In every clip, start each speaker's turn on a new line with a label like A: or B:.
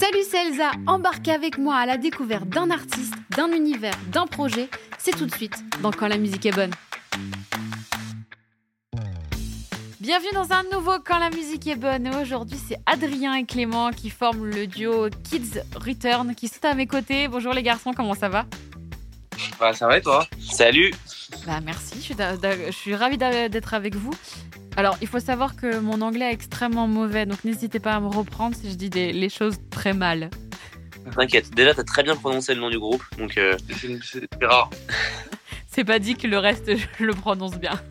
A: Salut, c'est Elsa, embarquez avec moi à la découverte d'un artiste, d'un univers, d'un projet. C'est tout de suite dans Quand la musique est bonne. Bienvenue dans un nouveau Quand la musique est bonne. Et aujourd'hui, c'est Adrien et Clément qui forment le duo Kids Return qui sont à mes côtés. Bonjour les garçons, comment ça va ?
B: Bah ça va et toi ? Salut.
A: Merci, je suis ravie d'être avec vous. Alors, il faut savoir que mon anglais est extrêmement mauvais, donc n'hésitez pas à me reprendre si je dis les choses très mal.
B: T'inquiète, déjà t'as très bien prononcé le nom du groupe, donc c'est rare.
A: C'est pas dit que le reste, je le prononce bien.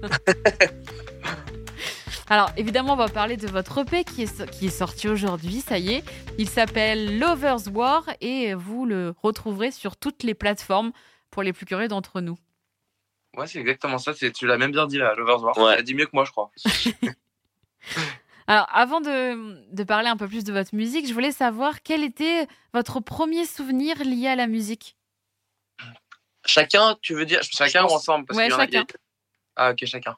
A: Alors, évidemment, on va parler de votre EP qui est sorti aujourd'hui, ça y est. Il s'appelle Lovers War et vous le retrouverez sur toutes les plateformes pour les plus curieux d'entre nous.
C: Ouais, c'est exactement ça. Tu l'as même bien dit là, Lovers War.
B: Ouais.
C: Tu l'as dit mieux que moi, je crois.
A: Alors, avant de parler un peu plus de votre musique, je voulais savoir quel était votre premier souvenir lié à la musique.
B: Chacun, tu veux dire
C: Chacun ou ensemble parce
A: Ouais, chacun.
C: Ah, ok, chacun.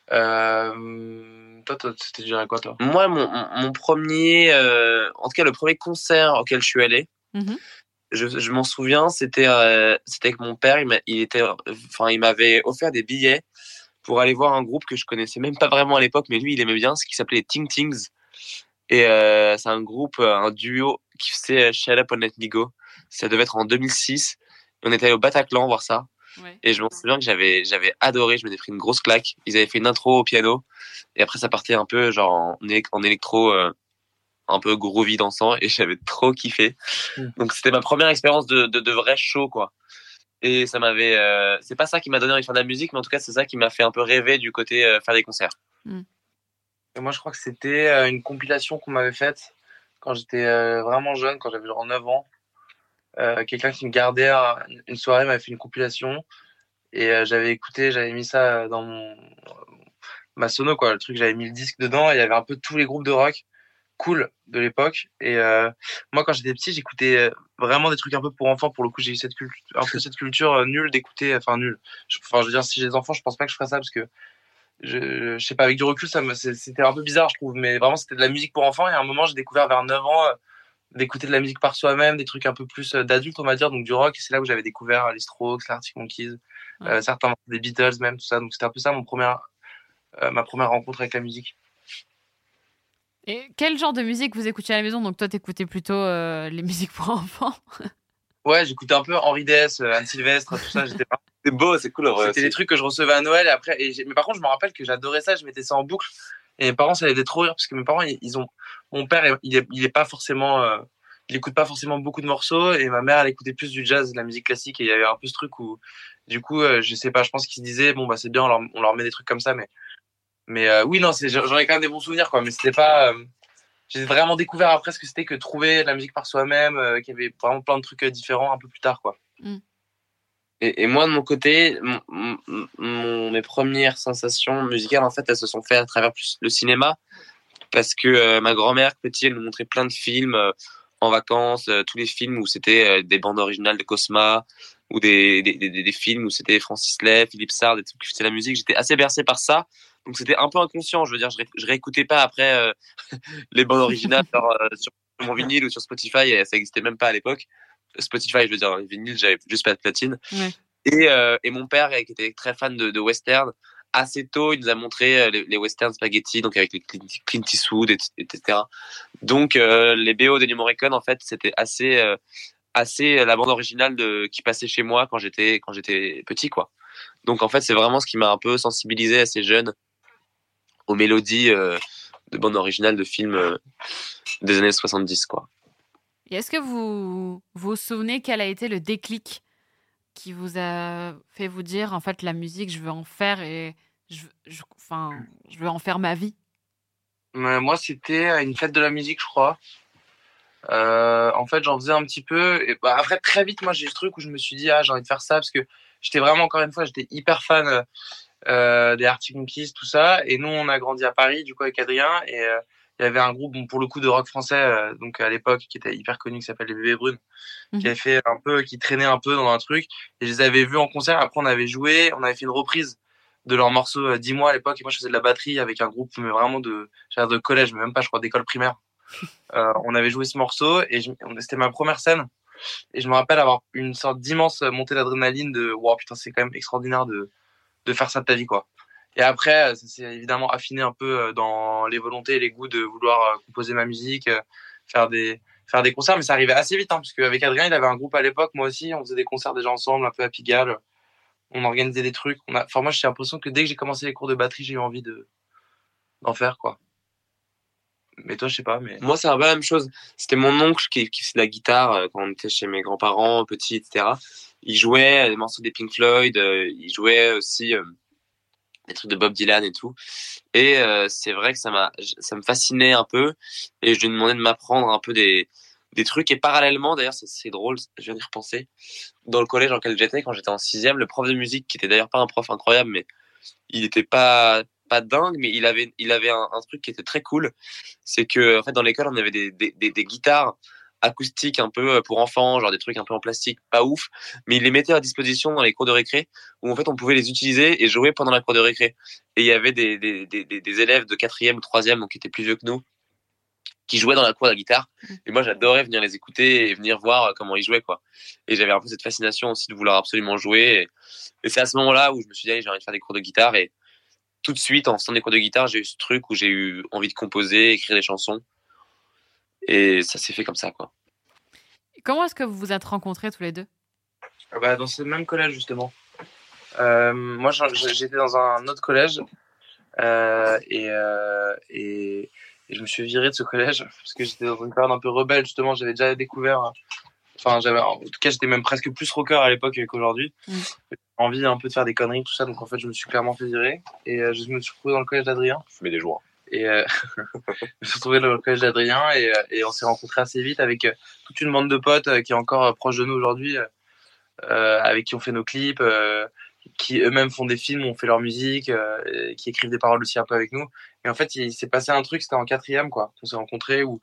C: Toi, c'était déjà quoi, toi ?
B: Moi, mon premier, en tout cas le premier concert auquel je suis allé, je m'en souviens, c'était avec mon père. Il m'avait offert des billets pour aller voir un groupe que je connaissais même pas vraiment à l'époque, mais lui, il aimait bien, ce qui s'appelait les Ting Tings. Et c'est un groupe, un duo qui faisait Shut Up and Let Me Go. Ça devait être en 2006. On était allé au Bataclan voir ça.
A: Ouais.
B: Et je m'en souviens que j'avais adoré. Je m'étais pris une grosse claque. Ils avaient fait une intro au piano. Et après, ça partait un peu genre en électro, un peu groovy dansant. Et j'avais trop kiffé. Donc, c'était ma première expérience de vrai show, quoi. Et ça m'avait, c'est pas ça qui m'a donné envie de faire de la musique, mais en tout cas, c'est ça qui m'a fait un peu rêver du côté faire des concerts.
C: Et moi, je crois que c'était une compilation qu'on m'avait faite quand j'étais vraiment jeune, quand j'avais genre 9 ans. Quelqu'un qui me gardait une soirée m'avait fait une compilation et j'avais mis ça dans ma sono, quoi. Le truc, j'avais mis le disque dedans et il y avait un peu tous les groupes de rock cool de l'époque. Et moi, quand j'étais petit, j'écoutais vraiment des trucs un peu pour enfants. Pour le coup, j'ai eu cette culture nulle d'écouter, enfin nulle. Je veux dire, si j'ai des enfants, je pense pas que je ferais ça parce que je sais pas, avec du recul, c'était un peu bizarre, je trouve. Mais vraiment, c'était de la musique pour enfants. Et à un moment, j'ai découvert vers 9 ans d'écouter de la musique par soi-même, des trucs un peu plus d'adultes, on va dire, donc du rock. Et c'est là où j'avais découvert les Strokes, les Arctic Monkeys, certains des Beatles même, tout ça. Donc c'était un peu ça ma première rencontre avec la musique.
A: Et quel genre de musique vous écoutiez à la maison ? Donc toi, t'écoutais plutôt les musiques pour enfants.
C: Ouais, j'écoutais un peu Henri Dess, Anne Sylvestre, tout ça.
B: C'est beau, c'est cool.
C: C'était des trucs que je recevais à Noël et après. Mais par contre, je me rappelle que j'adorais ça. Je mettais ça en boucle. Et mes parents, ça les faisait trop rire parce que mes parents, mon père, il est pas forcément, il écoute pas forcément beaucoup de morceaux et ma mère, elle écoutait plus du jazz, de la musique classique. Et il y avait un peu ce truc où, du coup, je sais pas, je pense qu'ils se disaient, bon bah c'est bien, on leur met des trucs comme ça, mais oui, non, j'en ai quand même des bons souvenirs, quoi. Mais c'était pas. J'ai vraiment découvert après ce que c'était que trouver de la musique par soi-même, qu'il y avait vraiment plein de trucs différents un peu plus tard, quoi.
B: Et moi, de mon côté, mes premières sensations musicales, en fait, elles se sont faites à travers plus le cinéma. Parce que ma grand-mère, petite, elle nous montrait plein de films en vacances, tous les films où c'était des bandes originales de Cosma, ou des films où c'était Francis Lay, Philippe Sard, des trucs qui faisaient la musique. J'étais assez bercé par ça. Donc c'était un peu inconscient. Je veux dire, je réécoutais pas après les bandes originales sur mon vinyle ou sur Spotify. Et ça existait même pas à l'époque. Spotify, je veux dire, les vinyles, j'avais juste pas de platine.
A: Ouais.
B: Et mon père, qui était très fan de western, assez tôt, il nous a montré les western spaghetti, donc avec les Clint Eastwood, etc. Donc les BO de Morricone, en fait, c'était assez la bande originale qui passait chez moi quand j'étais petit, quoi. Donc en fait, c'est vraiment ce qui m'a un peu sensibilisé assez jeune aux mélodies de bande originale de films des années 70, quoi.
A: Et est-ce que vous vous souvenez quel a été le déclic qui vous a fait vous dire, en fait, la musique, je veux en faire et je veux en faire ma vie ?
C: Moi, c'était à une fête de la musique, je crois. En fait, j'en faisais un petit peu. Et bah, après, très vite, moi, j'ai eu ce truc où je me suis dit, j'ai envie de faire ça parce que j'étais vraiment, encore une fois, j'étais hyper fan des Arctic Monkeys, tout ça. Et nous, on a grandi à Paris, du coup, avec Adrien. Et il y avait un groupe, bon, pour le coup, de rock français, donc à l'époque, qui était hyper connu, qui s'appelle les Bébés Brunes, qui avait fait qui traînait un peu dans un truc. Et je les avais vus en concert. Après, on avait joué, on avait fait une reprise de leur morceau 10 mois à l'époque. Et moi, je faisais de la batterie avec un groupe, mais vraiment de collège, mais même pas, je crois, d'école primaire. On avait joué ce morceau et c'était ma première scène. Et je me rappelle avoir une sorte d'immense montée d'adrénaline de wow, putain, c'est quand même extraordinaire de faire ça de ta vie, quoi. Et après, ça s'est évidemment affiné un peu dans les volontés et les goûts de vouloir composer ma musique, faire des concerts, mais ça arrivait assez vite, hein, parce qu'avec Adrien, il avait un groupe à l'époque, moi aussi, on faisait des concerts déjà ensemble, un peu à Pigalle, on organisait des trucs. Enfin, moi, j'ai l'impression que dès que j'ai commencé les cours de batterie, j'ai eu envie d'en faire, quoi. Mais toi, je sais pas, mais.
B: Moi, c'est un peu la même chose. C'était mon oncle qui faisait de la guitare quand on était chez mes grands-parents, petits, etc. Il jouait des morceaux des Pink Floyd, il jouait aussi des trucs de Bob Dylan et tout. Et c'est vrai que ça me fascinait un peu. Et je lui ai demandé de m'apprendre un peu des trucs. Et parallèlement, d'ailleurs, c'est drôle, je viens d'y repenser. Dans le collège dans lequel j'étais, quand j'étais en 6e, le prof de musique, qui était d'ailleurs pas un prof incroyable, mais il était pas dingue, mais il avait un truc qui était très cool. C'est que, en fait, dans l'école, on avait des guitares acoustiques un peu pour enfants, genre des trucs un peu en plastique, pas ouf, mais il les mettait à disposition dans les cours de récré, où en fait on pouvait les utiliser et jouer pendant la cour de récré. Et il y avait des élèves de 4e ou 3e, donc qui étaient plus vieux que nous, qui jouaient dans la cour de la guitare. Et moi, j'adorais venir les écouter et venir voir comment ils jouaient, quoi. Et j'avais un peu cette fascination aussi de vouloir absolument jouer. Et c'est à ce moment-là où je me suis dit, allez, j'ai envie de faire des cours de guitare. Et tout de suite, en faisant des cours de guitare, j'ai eu ce truc où j'ai eu envie de composer, écrire des chansons. Et ça s'est fait comme ça, quoi.
A: Comment est-ce que vous vous êtes rencontrés tous les deux?
C: Bah, dans ce même collège, justement. Moi, j'étais dans un autre collège et je me suis viré de ce collège parce que j'étais dans une période un peu rebelle, justement. J'avais déjà découvert. En tout cas, j'étais même presque plus rocker à l'époque qu'aujourd'hui. J'avais envie un peu de faire des conneries, tout ça. Donc, en fait, je me suis clairement fait virer et je me suis retrouvé dans le collège d'Adrien.
B: Je fumais des joints.
C: Et je me suis retrouvé dans le collège d'Adrien et on s'est rencontrés assez vite avec toute une bande de potes qui est encore proche de nous aujourd'hui, avec qui on fait nos clips, qui eux-mêmes font des films, ont fait leur musique, qui écrivent des paroles aussi un peu avec nous. Et en fait, il s'est passé un truc, c'était en 4e, quoi, qu'on s'est rencontrés où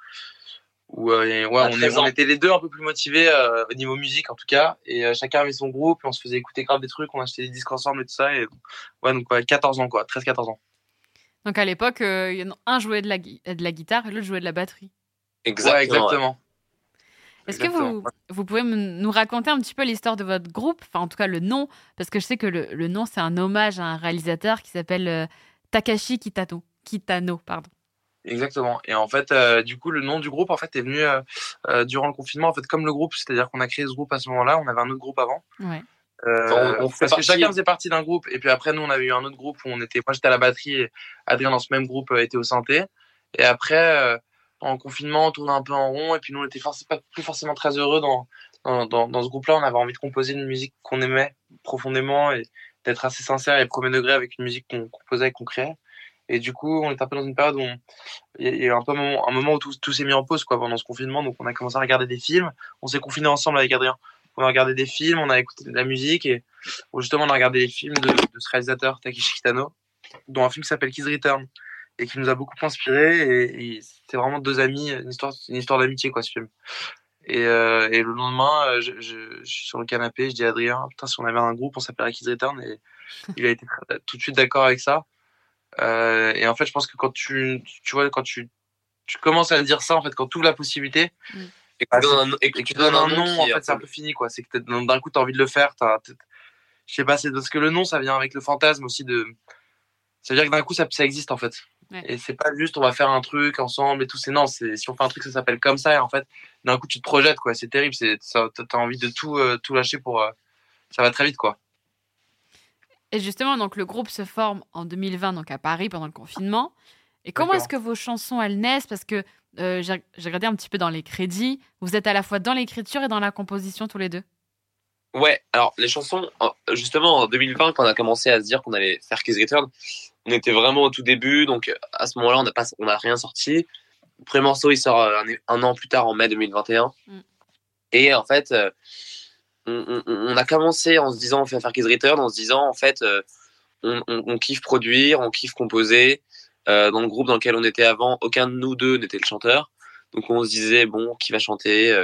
C: on était les deux un peu plus motivés au niveau musique en tout cas, et chacun avait son groupe, et on se faisait écouter grave des trucs, on achetait des disques ensemble et tout ça, et donc 14 ans, quoi, 13-14 ans.
A: Donc à l'époque, un jouait de la guitare et l'autre jouait de la batterie.
C: Exactement.
A: Est-ce que vous pouvez nous raconter un petit peu l'histoire de votre groupe, enfin en tout cas le nom, parce que je sais que le nom c'est un hommage à un réalisateur qui s'appelle Takashi Kitano, pardon.
C: Exactement. Et en fait, du coup, le nom du groupe en fait est venu durant le confinement. En fait, comme le groupe, c'est-à-dire qu'on a créé ce groupe à ce moment-là. On avait un autre groupe avant.
A: Ouais.
C: Parce que chacun faisait partie d'un groupe. Et puis après, nous, on avait eu un autre groupe où moi, j'étais à la batterie et Adrien dans ce même groupe était au synthé. Et après, en confinement, on tournait un peu en rond. Et puis nous, on était plus forcément très heureux dans ce groupe-là. On avait envie de composer une musique qu'on aimait profondément et d'être assez sincère et premier degré avec une musique qu'on composait et qu'on créait. Et du coup, on était un peu dans une période où il y a eu un moment où tout s'est mis en pause, quoi, pendant ce confinement. Donc, on a commencé à regarder des films. On s'est confinés ensemble avec Adrien. On a regardé des films, on a écouté de la musique et justement, on a regardé les films de ce réalisateur, Takeshi Kitano, dont un film qui s'appelle Kids Return et qui nous a beaucoup inspiré. Et c'était vraiment deux amis, une histoire d'amitié, quoi, ce film. Et le lendemain, je suis sur le canapé, je dis à Adrien, putain, si on avait un groupe, on s'appellerait Kids Return. Et il a été tout de suite d'accord avec ça. Et en fait, je pense que quand tu vois, quand tu commences à dire ça, en fait, quand tu ouvres la possibilité et que tu donnes un nom, en fait, c'est un peu fini, quoi. C'est que d'un coup, tu as envie de le faire. Je sais pas, c'est parce que le nom, ça vient avec le fantasme aussi de. Ça veut dire que d'un coup, ça existe, en fait. Ouais. Et c'est pas juste on va faire un truc ensemble et tout. Non, si on fait un truc, ça s'appelle comme ça. Et en fait, d'un coup, tu te projettes, quoi. C'est terrible. T'as envie de tout lâcher pour. Ça va très vite, quoi.
A: Et justement, donc le groupe se forme en 2020, donc à Paris pendant le confinement. Et comment est-ce que vos chansons elles naissent? Parce que j'ai regardé un petit peu dans les crédits. Vous êtes à la fois dans l'écriture et dans la composition tous les deux.
B: Ouais, alors les chansons, justement en 2020, quand on a commencé à se dire qu'on allait faire Kiss Return, on était vraiment au tout début, donc à ce moment-là, on n'a rien sorti. Le premier morceau, il sort un an plus tard, en mai 2021. Et en fait, on a commencé en se disant on va faire Kiss Return, en se disant en fait, on kiffe produire, on kiffe composer. Dans le groupe dans lequel on était avant, aucun de nous deux n'était le chanteur. Donc on se disait, bon, qui va chanter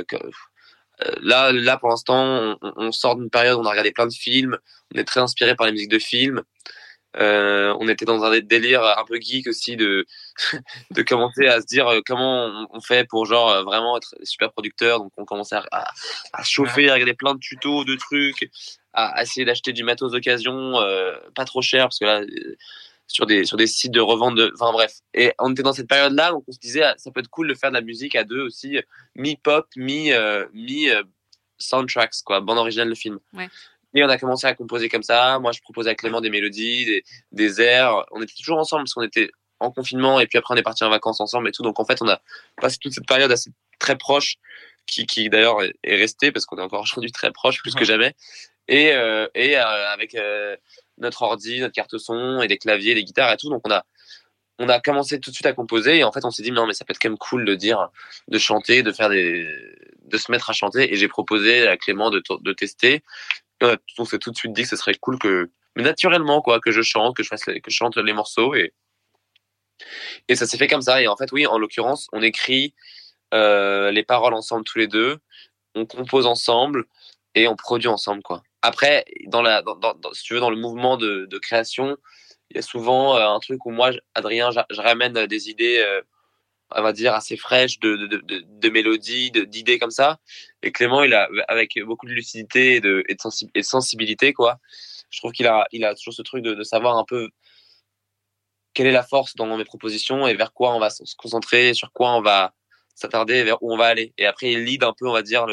B: Là, pour l'instant, on sort d'une période où on a regardé plein de films, on est très inspiré par les musiques de films. On était dans un délire un peu geek aussi de de commencer à se dire comment on fait pour genre vraiment être super producteur. Donc on commençait à chauffer, à regarder plein de tutos, de trucs, à essayer d'acheter du matos d'occasion, pas trop cher parce que là sur des sites de revente enfin bref. Et on était dans cette période-là, donc on se disait ça peut être cool de faire de la musique à deux aussi, mi-pop, mi soundtracks quoi, bande originale de film.
A: Ouais.
B: Et on a commencé à composer comme ça. Moi, je proposais à Clément des mélodies, des airs. On était toujours ensemble parce qu'on était en confinement et puis après on est parti en vacances ensemble et tout. Donc en fait, on a passé toute cette période assez très proche qui d'ailleurs est restée parce qu'on est encore aujourd'hui très proche plus que jamais. Et avec notre ordi, notre carte son et des claviers, des guitares et tout. Donc on a commencé tout de suite à composer et en fait on s'est dit non mais ça peut être quand même cool de chanter, de se mettre à chanter. Et j'ai proposé à Clément de tester. On s'est tout de suite dit que ce serait cool mais naturellement quoi, que je chante, que je chante les morceaux et ça s'est fait comme ça. Et en fait oui, en l'occurrence, on écrit les paroles ensemble tous les deux, on compose ensemble et on produit ensemble quoi. Après, si tu veux, dans le mouvement de création, il y a souvent un truc où moi, Adrien, je ramène des idées, on va dire, assez fraîches de mélodies, d'idées comme ça. Et Clément, il a, avec beaucoup de lucidité et de sensibilité, quoi. Je trouve il a toujours ce truc de savoir un peu quelle est la force dans mes propositions et vers quoi on va se concentrer, sur quoi on va s'attarder, vers où on va aller. Et après, il lead un peu, on va dire,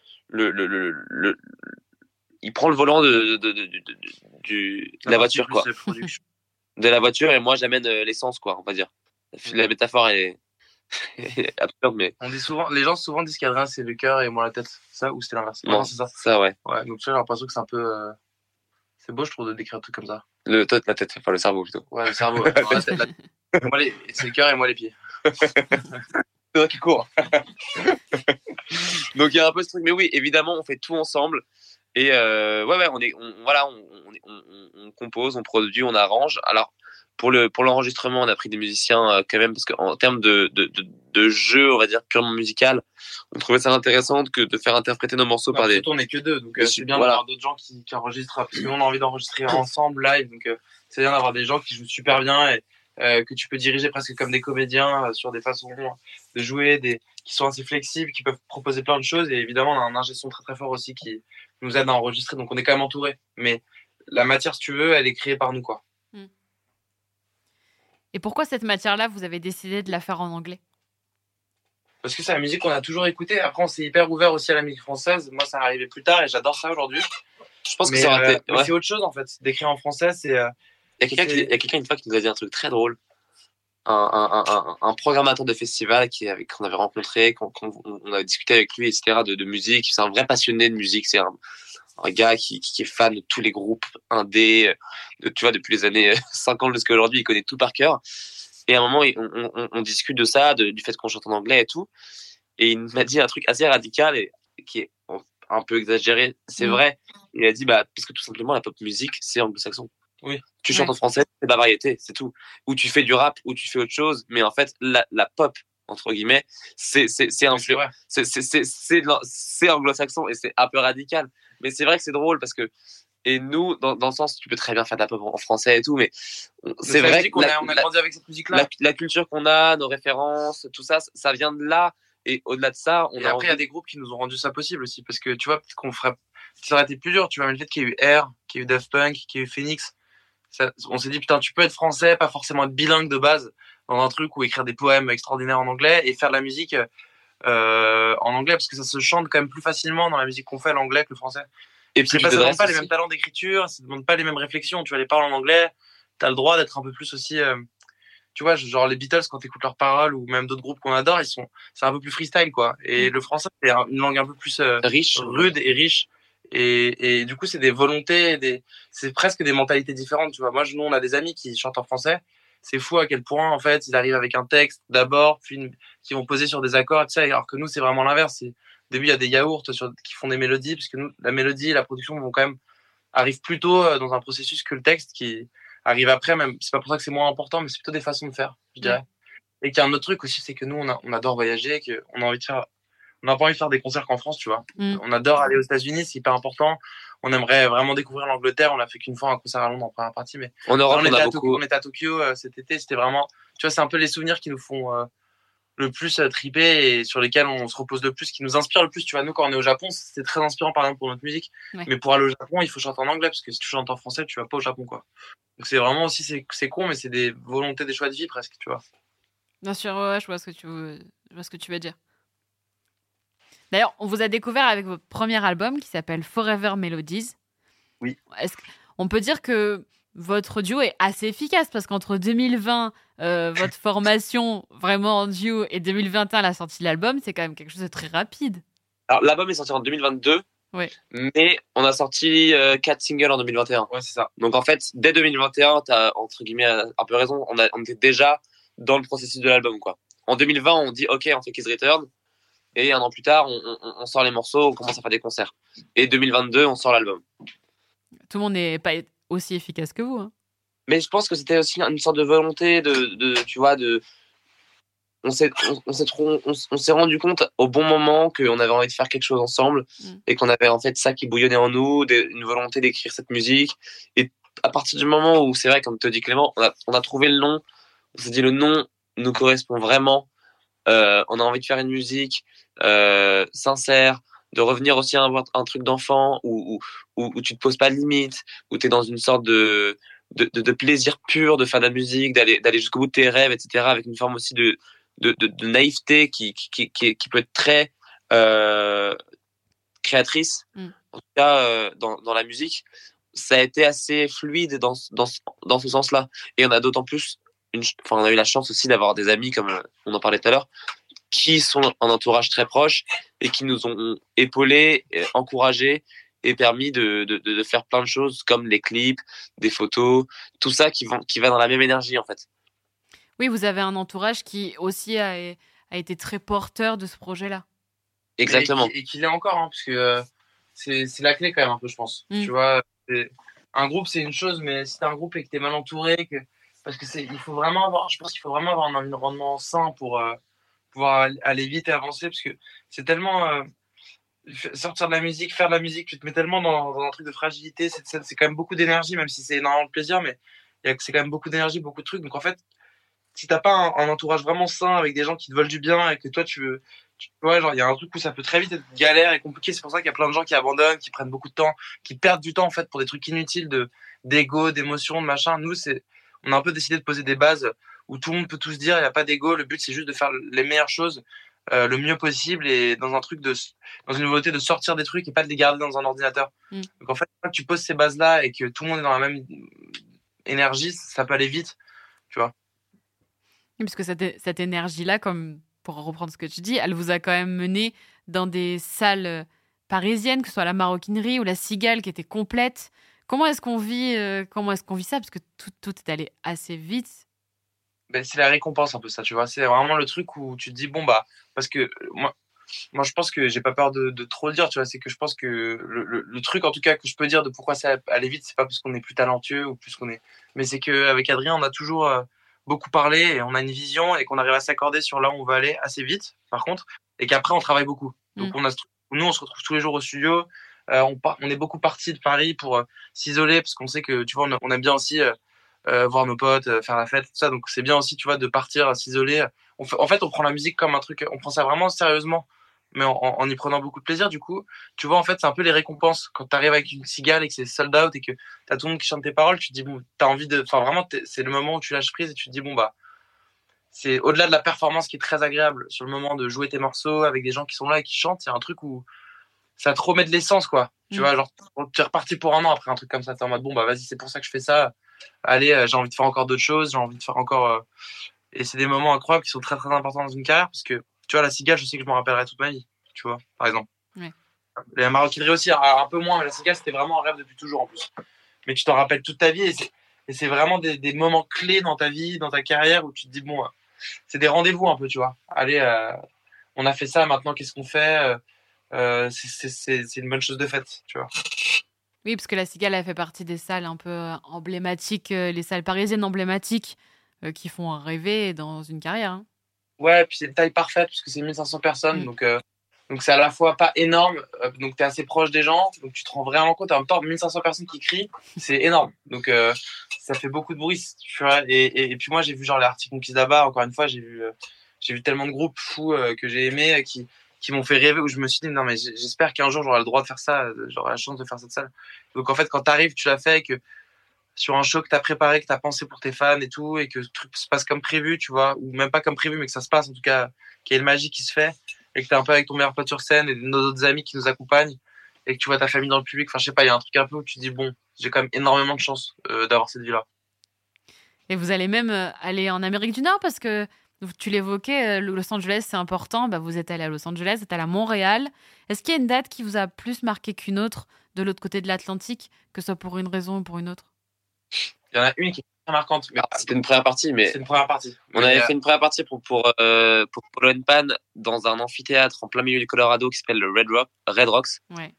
B: il prend le volant de la voiture, quoi. De la voiture, et moi, j'amène l'essence, quoi, on va dire. La métaphore est absurde, mais.
C: On dit souvent, les gens souvent disent qu'Adrien, c'est le cœur et moi la tête. Ça, ou c'était l'inverse?
B: Non, c'est ça. Ça, ouais.
C: Ouais, donc tu vois, j'ai l'impression que c'est un peu. C'est beau, je trouve, de décrire un truc comme ça.
B: La tête, enfin le cerveau plutôt.
C: Ouais, le cerveau. Ouais. Moi, c'est le cœur et moi les pieds.
B: C'est toi qui cours. Donc il y a un peu ce truc, mais oui, évidemment, on fait tout ensemble. Et ouais, on compose, on produit, on arrange. Alors pour l'enregistrement, on a pris des musiciens quand même parce qu'en termes de jeu, on va dire purement musical, on trouvait ça intéressant de faire interpréter nos morceaux par des.
C: Surtout on n'est que deux, donc c'est bien d'avoir d'autres gens qui enregistrent parce que nous on a envie d'enregistrer ensemble live, donc c'est bien d'avoir des gens qui jouent super bien et que tu peux diriger presque comme des comédiens sur des façons de jouer, qui sont assez flexibles, qui peuvent proposer plein de choses. Et évidemment, on a un ingé son très très fort aussi qui nous aide à enregistrer, donc on est quand même entouré. Mais la matière, si tu veux, elle est créée par nous, quoi.
A: Et pourquoi cette matière-là, vous avez décidé de la faire en anglais?
C: Parce que c'est la musique qu'on a toujours écoutée. Après, on s'est hyper ouvert aussi à la musique française. Moi, ça arrivé plus tard et j'adore ça aujourd'hui.
B: Je pense que ça aurait été.
C: C'est autre chose en fait. D'écrire en français, c'est.
B: Il y a quelqu'un une fois qui nous a dit un truc très drôle. Un programmateur de festival qu'on avait rencontré, on a discuté avec lui, etc. de musique. C'est un vrai passionné de musique. C'est un gars qui est fan de tous les groupes indés, tu vois, depuis les années 50 jusqu'à aujourd'hui, il connaît tout par cœur. Et à un moment, on discute de ça, du fait qu'on chante en anglais et tout. Et il m'a dit un truc assez radical et qui est un peu exagéré. C'est vrai. Il a dit, parce que tout simplement, la pop musique, c'est anglo-saxon.
C: Oui.
B: Tu chantes en français, c'est de la variété, c'est tout. Ou tu fais du rap, ou tu fais autre chose. Mais en fait, la pop, entre guillemets, c'est anglo-saxon et c'est un peu radical. Mais c'est vrai que c'est drôle parce que, et nous, dans le sens, tu peux très bien faire de la pop en français et tout, mais c'est vrai
C: qu'on a grandi avec cette musique-là.
B: La culture qu'on a, nos références, tout ça, ça vient de là. Et au-delà de ça,
C: il y a des groupes qui nous ont rendu ça possible aussi, parce que tu vois, peut-être qu'on ferait, ça aurait été plus dur, tu vois, mais le fait qu'il y ait eu R, qu'il y ait eu Daft Punk, qu'il y ait eu Phoenix, on s'est dit, putain, tu peux être français, pas forcément être bilingue de base, dans un truc où écrire des poèmes extraordinaires en anglais et faire de la musique en anglais, parce que ça se chante quand même plus facilement dans la musique qu'on fait l'anglais que le français. Et puis, ça demande pas les mêmes talents d'écriture, ça demande pas les mêmes réflexions. Tu vois, les paroles en anglais, t'as le droit d'être un peu plus aussi, tu vois, genre les Beatles, quand t'écoutes leurs paroles, ou même d'autres groupes qu'on adore, c'est un peu plus freestyle, quoi. Et le français, c'est une langue un peu plus
B: riche,
C: rude et riche. Et du coup, c'est des volontés, c'est presque des mentalités différentes, tu vois. Moi, nous, on a des amis qui chantent en français. C'est fou à quel point, en fait, ils arrivent avec un texte d'abord, puis qui vont poser sur des accords, et tout ça. Alors que nous, c'est vraiment l'inverse. Au début, il y a des yaourts qui font des mélodies, puisque nous, la mélodie et la production vont quand même arrivent plus tôt dans un processus que le texte qui arrive après. Même, c'est pas pour ça que c'est moins important, mais c'est plutôt des façons de faire, je dirais. Et qu'il y a un autre truc aussi, c'est que nous, on adore voyager, qu'on a envie de faire on n'a pas envie de faire des concerts qu'en France, tu vois.
A: Mm.
C: On adore aller aux États-Unis, c'est hyper important. On aimerait vraiment découvrir l'Angleterre. On a fait qu'une fois un concert à Londres en première partie, mais
B: En Europe,
C: on
B: on a
C: était
B: beaucoup.
C: on était à Tokyo cet été. C'était vraiment, tu vois, c'est un peu les souvenirs qui nous font le plus triper et sur lesquels on se repose le plus, qui nous inspire le plus. Tu vois, nous, quand on est au Japon, c'était très inspirant, par exemple, pour notre musique.
A: Ouais.
C: Mais pour aller au Japon, il faut chanter en anglais, parce que si tu chantes en français, tu vas pas au Japon, quoi. Donc c'est vraiment aussi, c'est con, mais c'est des volontés, des choix de vie presque, tu vois.
A: Bien sûr, ouais, je vois ce que tu veux dire. D'ailleurs, on vous a découvert avec votre premier album qui s'appelle Forever Melodies.
C: Oui.
A: On peut dire que votre duo est assez efficace parce qu'entre 2020, votre formation vraiment en duo et 2021, la sortie de l'album, c'est quand même quelque chose de très rapide.
B: Alors, l'album est sorti en 2022,
A: Ouais.
B: mais on a sorti 4 singles en 2021.
C: Ouais, c'est ça.
B: Donc, en fait, dès 2021, tu as, entre guillemets, un peu raison, on était déjà dans le processus de l'album, quoi. En 2020, on dit, OK, on fait Kiss Return. Et un an plus tard, on sort les morceaux, on commence à faire des concerts. Et 2022, on sort l'album.
A: Tout le monde n'est pas aussi efficace que vous. Hein.
B: Mais je pense que c'était aussi une sorte de volonté tu vois, on s'est rendu compte au bon moment qu'on avait envie de faire quelque chose ensemble et qu'on avait en fait ça qui bouillonnait en nous, une volonté d'écrire cette musique. Et à partir du moment où, c'est vrai, comme te dit Clément, on a trouvé le nom, on s'est dit le nom nous correspond vraiment. On a envie de faire une musique sincère, de revenir aussi à un truc d'enfant où tu te poses pas de limites, où tu es dans une sorte de plaisir pur de faire de la musique, d'aller jusqu'au bout de tes rêves, etc., avec une forme aussi de naïveté qui peut être très créatrice, en tout cas dans la musique. Ça a été assez fluide dans ce sens-là. Et on a d'autant plus, on a eu la chance aussi d'avoir des amis, comme on en parlait tout à l'heure, qui sont un entourage très proche et qui nous ont épaulés, encouragés et permis de faire plein de choses comme les clips, des photos, tout ça qui va dans la même énergie en fait.
A: Oui, vous avez un entourage qui aussi a été très porteur de ce projet-là.
B: Exactement.
C: Et qui l'est encore, hein, parce que c'est la clé quand même un peu, je pense. Tu vois, un groupe c'est une chose, mais si t'es un groupe et que t'es mal entouré, parce que je pense qu'il faut vraiment avoir un environnement sain pour pouvoir aller vite et avancer, parce que c'est tellement sortir de la musique, faire de la musique, tu te mets tellement dans un truc de fragilité, c'est quand même beaucoup d'énergie, même si c'est énormément de plaisir, mais c'est quand même beaucoup d'énergie, beaucoup de trucs. Donc en fait, si t'as pas un entourage vraiment sain avec des gens qui te veulent du bien et que toi tu vois, genre il y a un truc où ça peut très vite être galère et compliqué, c'est pour ça qu'il y a plein de gens qui abandonnent, qui prennent beaucoup de temps, qui perdent du temps en fait pour des trucs inutiles d'ego, d'émotion, de machin. Nous on a un peu décidé de poser des bases où tout le monde peut tout se dire, il n'y a pas d'ego, le but c'est juste de faire les meilleures choses le mieux possible et dans une volonté de sortir des trucs et pas de les garder dans un ordinateur. Donc en fait, quand tu poses ces bases là et que tout le monde est dans la même énergie, ça peut aller vite, tu vois.
A: Oui, parce que cette énergie-là, comme pour reprendre ce que tu dis, elle vous a quand même mené dans des salles parisiennes, que ce soit la Maroquinerie ou la Cigale, qui était complète. Comment est-ce qu'on vit ça? Parce que tout est allé assez vite.
C: Ben, c'est la récompense un peu ça, tu vois. C'est vraiment le truc où tu te dis, bon, bah, parce que moi je pense que j'ai pas peur de trop le dire, tu vois. C'est que je pense que le truc, en tout cas, que je peux dire de pourquoi ça allait vite, c'est pas parce qu'on est plus talentueux ou plus qu'on est. Mais c'est qu'avec Adrien, on a toujours beaucoup parlé et on a une vision et qu'on arrive à s'accorder sur là où on va aller assez vite, par contre, et qu'après, on travaille beaucoup. Donc, nous, on se retrouve tous les jours au studio. On est beaucoup partis de Paris pour s'isoler parce qu'on sait que, tu vois, on aime bien aussi voir nos potes, faire la fête, tout ça. Donc, c'est bien aussi, tu vois, de partir, s'isoler. En fait, on prend la musique comme un truc, on prend ça vraiment sérieusement, mais en y prenant beaucoup de plaisir. Du coup, tu vois, en fait, c'est un peu les récompenses. Quand tu arrives avec une Cigale et que c'est sold out et que t'as tout le monde qui chante tes paroles, tu te dis, bon, t'as envie enfin, vraiment, c'est le moment où tu lâches prise et tu te dis, bon, bah, c'est au-delà de la performance qui est très agréable sur le moment de jouer tes morceaux avec des gens qui sont là et qui chantent. Il y a un truc où ça te remet de l'essence, quoi. Tu vois, genre, tu es reparti pour un an après un truc comme ça. T'es en mode, bon, bah, vas-y, c'est pour ça que je fais ça. Allez, j'ai envie de faire encore d'autres choses, j'ai envie de faire encore. Et c'est des moments incroyables qui sont très, très importants dans une carrière parce que, tu vois, la Cigale, je sais que je m'en rappellerai toute ma vie, tu vois, par exemple.
A: Ouais.
C: La Maroquinerie aussi, un peu moins, mais la Cigale, c'était vraiment un rêve depuis toujours en plus. Mais tu t'en rappelles toute ta vie et c'est vraiment des moments clés dans ta vie, dans ta carrière où tu te dis, bon, c'est des rendez-vous un peu, tu vois. Allez, on a fait ça, maintenant, qu'est-ce qu'on fait c'est une bonne chose de faite, tu vois.
A: Oui, parce que la Cigale, elle fait partie des salles un peu emblématiques, les salles parisiennes emblématiques qui font rêver dans une carrière. Hein.
C: Ouais, puis c'est une taille parfaite parce que c'est 1500 personnes, donc Donc c'est à la fois pas énorme, donc tu es assez proche des gens, donc tu te rends vraiment compte. En même temps, 1500 personnes qui crient, c'est énorme. Donc ça fait beaucoup de bruit. Tu vois, et puis moi, j'ai vu genre les Arctic Monkeys là-bas. Encore une fois, j'ai vu tellement de groupes fous que j'ai aimés, qui m'ont fait rêver, où je me suis dit, non mais j'espère qu'un jour j'aurai le droit de faire ça, j'aurai la chance de faire cette salle. Donc en fait, quand tu arrives, tu l'as fait, et que sur un show que tu as préparé, que tu as pensé pour tes fans et tout, et que le truc se passe comme prévu, tu vois, ou même pas comme prévu, mais que ça se passe en tout cas, qu'il y ait une magie qui se fait, et que tu es un peu avec ton meilleur pote sur scène et nos autres amis qui nous accompagnent, et que tu vois ta famille dans le public. Enfin, je sais pas, il y a un truc un peu où tu te dis, bon, j'ai quand même énormément de chance d'avoir cette vie-là.
A: Et vous allez même aller en Amérique du Nord parce que tu l'évoquais, Los Angeles, c'est important. Bah, vous êtes allé à Los Angeles, vous êtes allé à Montréal. Est-ce qu'il y a une date qui vous a plus marqué qu'une autre de l'autre côté de l'Atlantique, que ce soit pour une raison ou pour une autre?
C: Il y en a une qui est très marquante. Mais
B: c'était une première partie, mais
C: c'est une première partie.
B: on avait fait une première partie pour Polo and Pan dans un amphithéâtre en plein milieu du Colorado qui s'appelle le Red Rocks.
A: Ouais.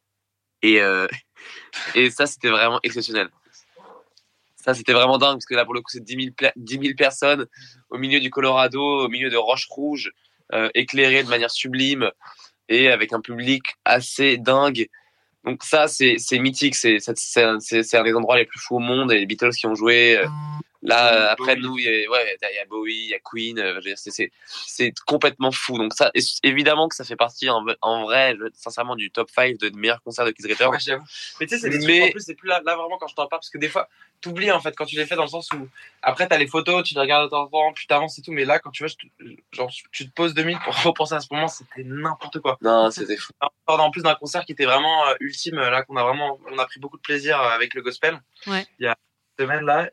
B: Et ça, c'était vraiment exceptionnel. Ça, c'était vraiment dingue, parce que là, pour le coup, c'est 10 000 personnes au milieu du Colorado, au milieu de roches rouges, éclairées de manière sublime, et avec un public assez dingue. Donc ça, c'est mythique, c'est un des endroits les plus fous au monde, et les Beatles qui ont joué. Là, après nous, il y a Bowie, il y a Queen. Je veux dire, c'est complètement fou. Donc ça, évidemment que ça fait partie en vrai, sincèrement, du top 5 de meilleurs concerts de Keith Richards.
C: Ouais, j'avoue. Mais tu sais, c'est des trucs, en plus, c'est plus là vraiment quand je t'en parle, parce que des fois, t'oublies en fait quand tu les fais, dans le sens où après t'as les photos, tu les regardes de temps en temps, puis t'avances et tout. Mais là, quand tu vois, genre, tu te poses 2 minutes pour repenser à ce moment, c'était n'importe quoi.
B: Non, c'était fou.
C: En plus d'un concert qui était vraiment ultime, là, on a pris beaucoup de plaisir avec le gospel.
A: Ouais.
C: Il y a une semaine là,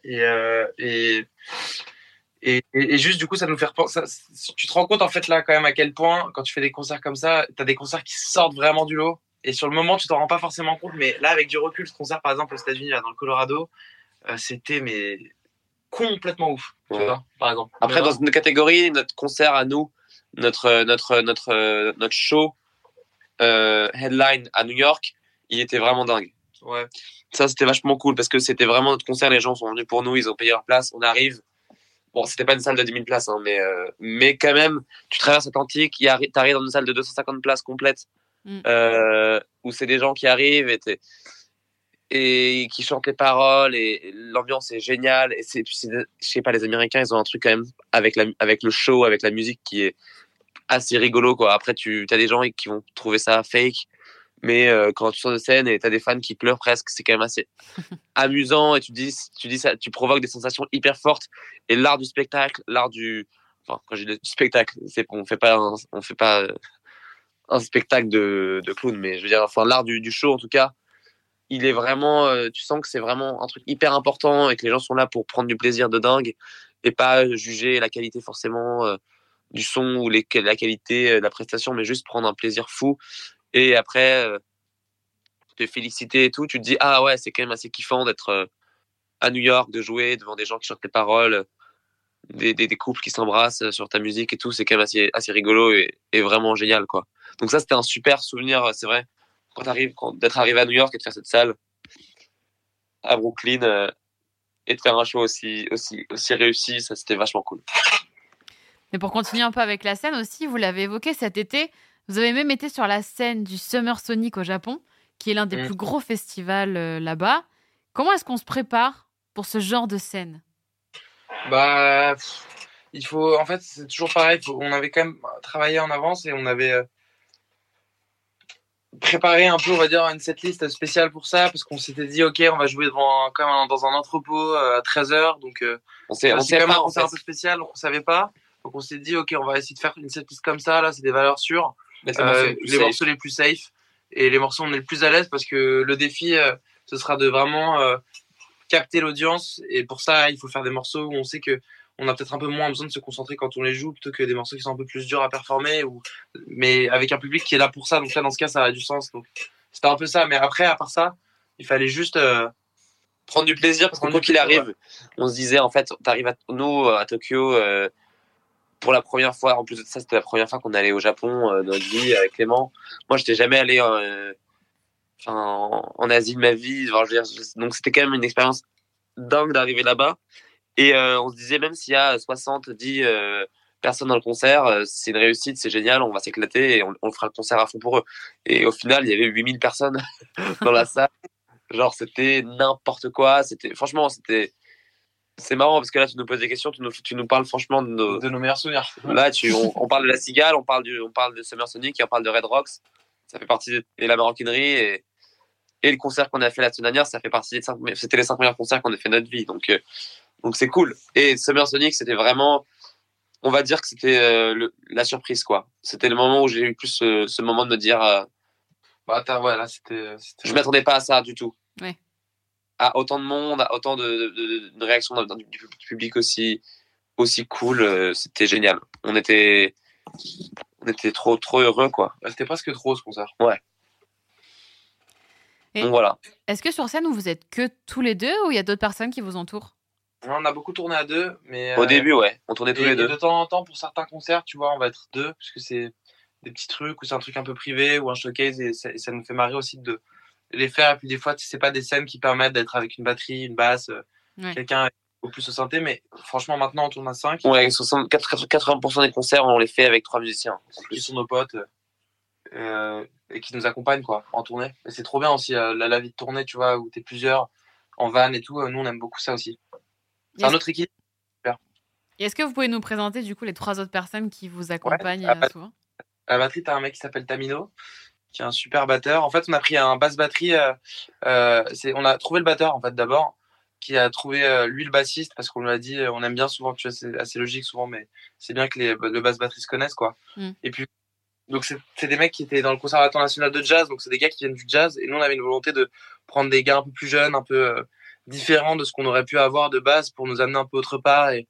C: et juste du coup, ça nous fait repenser. Tu te rends compte en fait là quand même à quel point, quand tu fais des concerts comme ça, t'as des concerts qui sortent vraiment du lot. Et sur le moment, tu t'en rends pas forcément compte, mais là, avec du recul, ce concert, par exemple, aux États-Unis, là, dans le Colorado, c'était mais complètement ouf.
B: Ouais.
C: Tu vois, par exemple.
B: Après, dans une catégorie, notre concert à nous, notre show headline à New York, il était vraiment dingue.
C: Ouais.
B: Ça, c'était vachement cool parce que c'était vraiment notre concert. Les gens sont venus pour nous, ils ont payé leur place. On arrive. Bon, c'était pas une salle de 10 000 places, hein, mais quand même, tu traverses l'Atlantique, t'arrives dans une salle de 250 places complète, où c'est des gens qui arrivent et qui chantent les paroles, et l'ambiance est géniale. Et je sais pas, les Américains, ils ont un truc quand même avec le show, avec la musique qui est assez rigolo, quoi. Après, t'as des gens qui vont trouver ça fake, mais quand tu sors de scène et t'as des fans qui pleurent presque, c'est quand même assez amusant, et tu dis ça, tu provoques des sensations hyper fortes. Et l'art du spectacle, enfin, quand j'ai du spectacle, on fait pas un spectacle de clown, mais je veux dire, enfin, l'art du show, en tout cas, il est vraiment, tu sens que c'est vraiment un truc hyper important, et que les gens sont là pour prendre du plaisir de dingue et pas juger la qualité forcément du son ou la qualité de la prestation, mais juste prendre un plaisir fou. Et après, te féliciter et tout, tu te dis, ah ouais, c'est quand même assez kiffant d'être à New York, de jouer devant des gens qui chantent les paroles, des couples qui s'embrassent sur ta musique et tout. C'est quand même assez rigolo et vraiment génial, quoi. Donc ça, c'était un super souvenir, c'est vrai, d'être arrivé à New York et de faire cette salle à Brooklyn, et de faire un show aussi réussi. Ça, c'était vachement cool.
A: Mais pour continuer un peu avec la scène aussi, vous l'avez évoqué cet été, vous avez même été sur la scène du Summer Sonic au Japon, qui est l'un des plus gros festivals là-bas. Comment est-ce qu'on se prépare pour ce genre de scène?
C: Bah, il faut, en fait, c'est toujours pareil. On avait quand même travaillé en avance, et on avait préparé un peu, on va dire, une setlist spéciale pour ça, parce qu'on s'était dit, ok, on va jouer dans un entrepôt à 13h, donc c'est quand même un concert un peu spécial, donc on savait pas. Donc on s'est dit, ok, on va essayer de faire une setlist comme ça, là, c'est des valeurs sûres, les morceaux les plus safe, et les morceaux où on est le plus à l'aise, parce que le défi, ce sera de vraiment capter l'audience, et pour ça, il faut faire des morceaux où on sait que on a peut-être un peu moins besoin de se concentrer quand on les joue, plutôt que des morceaux qui sont un peu plus durs à performer, mais avec un public qui est là pour ça. Donc là, dans ce cas, ça a du sens. Donc c'était un peu ça. Mais après, à part ça, il fallait juste
B: prendre du plaisir, parce que quoi qu'il arrive, on se disait, en fait, t'arrives à Tokyo pour la première fois. En plus de ça, c'était la première fois qu'on allait au Japon dans notre vie avec Clément. Moi, j'étais jamais allé en Asie de ma vie. Genre, donc c'était quand même une expérience dingue d'arriver là-bas. Et on se disait, même s'il y a 70 personnes dans le concert, c'est une réussite, c'est génial, on va s'éclater et on fera le concert à fond pour eux. Et au final, il y avait 8000 personnes dans la salle. Genre, c'était n'importe quoi. Franchement, c'est marrant parce que là, tu nous poses des questions, tu nous parles franchement de
C: nos meilleurs souvenirs.
B: Là, on parle de la Cigale, on parle de Summer Sonic, et on parle de Red Rocks. Ça fait partie de la maroquinerie et le concert qu'on a fait la semaine dernière, ça fait partie c'était les 5 meilleurs concerts qu'on a fait de notre vie. Donc c'est cool. Et Summer Sonic, c'était vraiment, on va dire que c'était la surprise, quoi. C'était le moment où j'ai eu plus ce moment de me dire,
C: là,
B: je m'attendais pas à ça du tout.
A: Ouais.
B: À autant de monde, à autant de réactions du public aussi cool, c'était génial. On était trop heureux, quoi.
C: C'était presque trop, ce concert.
B: Ouais.
A: Et
B: donc voilà.
A: Est-ce que sur scène, vous êtes que tous les deux ou il y a d'autres personnes qui vous entourent?
C: On a beaucoup tourné à deux, mais
B: au début, ouais, on tournait tous les deux.
C: De temps en temps, pour certains concerts, tu vois, on va être deux, parce que c'est des petits trucs ou c'est un truc un peu privé ou un showcase, et ça nous fait marrer aussi de les faire. Et puis des fois, c'est pas des scènes qui permettent d'être avec une batterie, une basse, quelqu'un au plus au synthé, mais franchement, maintenant, on tourne à 5.
B: Ouais, 80% des concerts, on les fait avec 3 musiciens.
C: Qui sont nos potes et qui nous accompagnent, quoi, en tournée. Et c'est trop bien aussi, la vie de tournée, tu vois, où t'es plusieurs en van et tout. Nous, on aime beaucoup ça aussi. C'est un autre équipe. Super.
A: Et est-ce que vous pouvez nous présenter, du coup, les 3 autres personnes qui vous accompagnent souvent?
C: À la batterie, t'as un mec qui s'appelle Tamino, qui est un super batteur. En fait, on a pris un basse batterie. On a trouvé le batteur, en fait, d'abord, qui a trouvé lui le bassiste, parce qu'on lui a dit, on aime bien souvent, tu vois, c'est assez logique souvent, mais c'est bien que le basse batterie se connaissent, quoi. Et puis, donc c'est des mecs qui étaient dans le Conservatoire national de jazz, donc c'est des gars qui viennent du jazz, et nous on avait une volonté de prendre des gars un peu plus jeunes, un peu différents de ce qu'on aurait pu avoir de base pour nous amener un peu autre part, et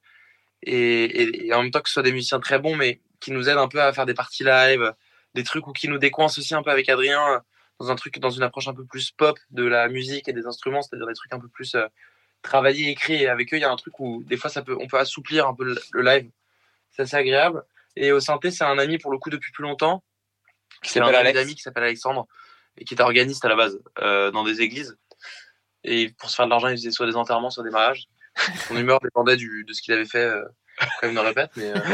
C: en même temps que ce soit des musiciens très bons, mais qui nous aident un peu à faire des parties live, des trucs, ou qui nous décoincent aussi un peu avec Adrien dans une approche un peu plus pop de la musique et des instruments, c'est-à-dire des trucs un peu plus travaillés, écrits. Et avec eux, il y a un truc où des fois on peut assouplir un peu le live. C'est assez agréable. Et au synthé, c'est un ami pour le coup depuis plus longtemps, qui s'appelle Alexandre, et qui est organiste à la base dans des églises. Et pour se faire de l'argent, il faisait soit des enterrements, soit des mariages. Son humeur dépendait de ce qu'il avait fait quand il me le répète,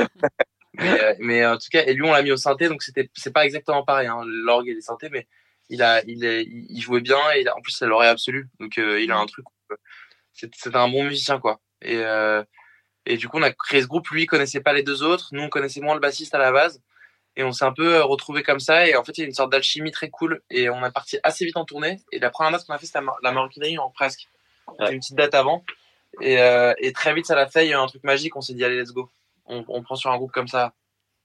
C: mais en tout cas, et lui on l'a mis au synthé, donc c'est pas exactement pareil, hein, l'orgue et les synthés, mais il jouait bien, et en plus c'est l'oreille absolue, donc il a un truc, c'est un bon musicien, quoi. Et du coup on a créé ce groupe. Lui il connaissait pas les deux autres, nous on connaissait moins le bassiste à la base, et on s'est un peu retrouvés comme ça, et en fait il y a une sorte d'alchimie très cool, et on est parti assez vite en tournée. Et la première date qu'on a fait, c'était la maroquinerie, presque une petite date avant. Et très vite ça l'a fait, il y a eu un truc magique, on s'est dit allez let's go, on prend sur un groupe comme ça.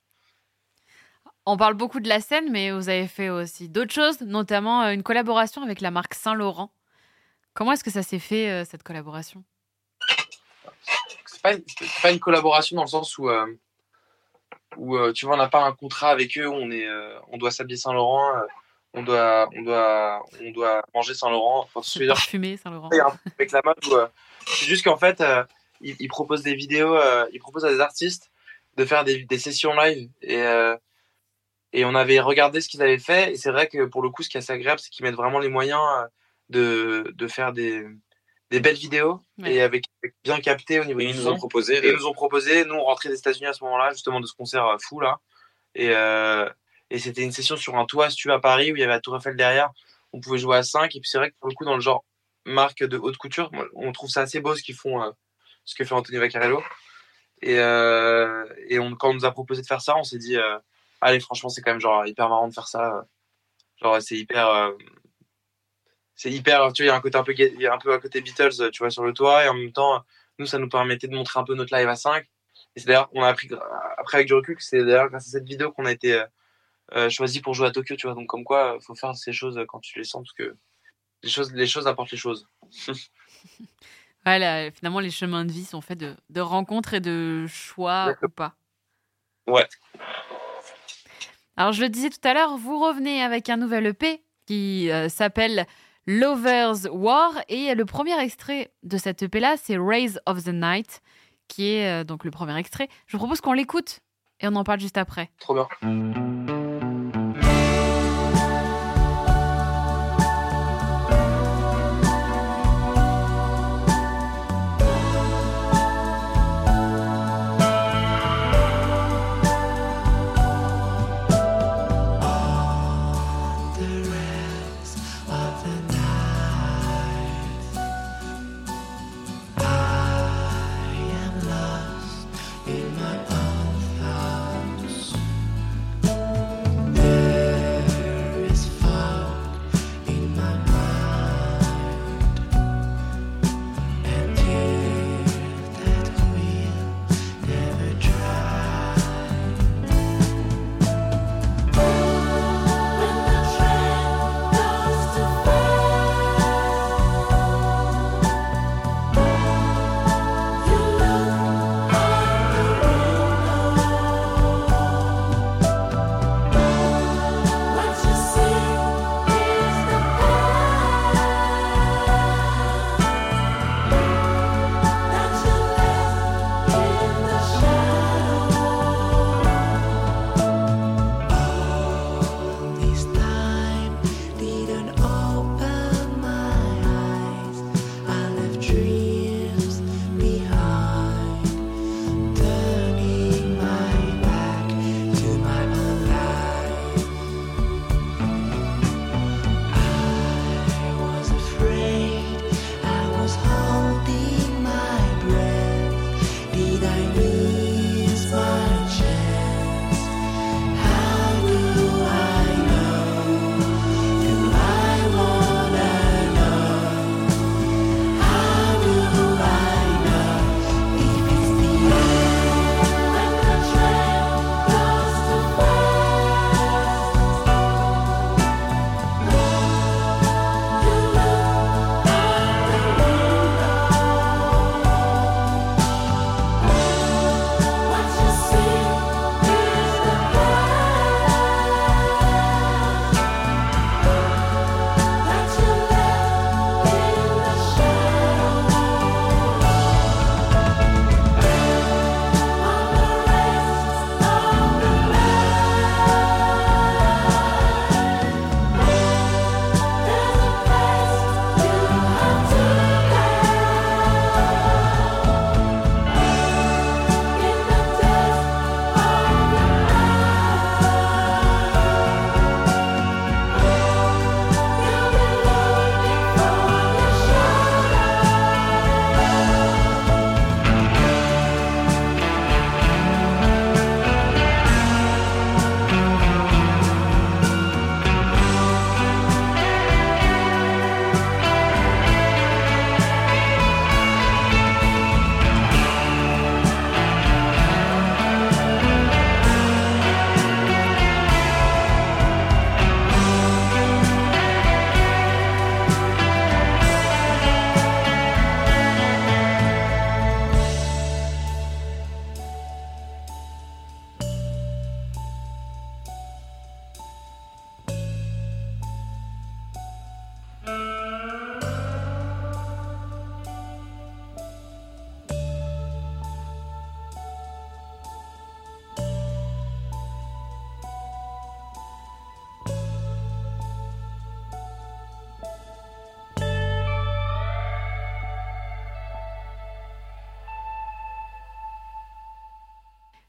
A: On parle beaucoup de la scène, mais vous avez fait aussi d'autres choses, notamment une collaboration avec la marque Saint-Laurent. Comment est-ce que ça s'est fait, cette collaboration?
C: C'est pas une collaboration dans le sens où tu vois, on n'a pas un contrat avec eux, on doit s'habiller Saint-Laurent, on doit manger Saint-Laurent,
A: parfumer Saint-Laurent.
C: Avec la mode, c'est juste qu'en fait ils proposent des vidéos, ils proposent à des artistes de faire des sessions live, et on avait regardé ce qu'ils avaient fait, et c'est vrai que pour le coup ce qui est assez agréable, c'est qu'ils mettent vraiment les moyens de faire des belles vidéos, et avec bien capté au niveau du son. Ils nous ont proposé, nous on rentrait des États-Unis à ce moment-là, justement, de ce concert fou là, et c'était une session sur un toit, si tu veux, à Paris, où il y avait la Tour Eiffel derrière. On pouvait jouer à 5, et puis c'est vrai que pour le coup, dans le genre marque de haute couture, on trouve ça assez beau ce qu'ils font, ce que fait Anthony Vaccarello. Et quand on nous a proposé de faire ça, on s'est dit allez, franchement, c'est quand même genre hyper marrant de faire ça. Genre c'est hyper, tu vois, il y a un peu à côté Beatles, tu vois, sur le toit, et en même temps, nous, ça nous permettait de montrer un peu notre live à 5. Et c'est d'ailleurs, on a appris après avec du recul que c'est d'ailleurs grâce à cette vidéo qu'on a été choisi pour jouer à Tokyo, tu vois. Donc comme quoi, faut faire ces choses quand tu les sens, parce que les choses apportent les choses.
A: Voilà, finalement, les chemins de vie sont faits de rencontres et de choix ou pas.
B: Ouais.
A: Alors, je le disais tout à l'heure, vous revenez avec un nouvel EP qui s'appelle Lovers War, et le premier extrait de cet EP-là, c'est Rays of the Night, qui est donc le premier extrait. Je vous propose qu'on l'écoute et on en parle juste après.
C: Trop bien.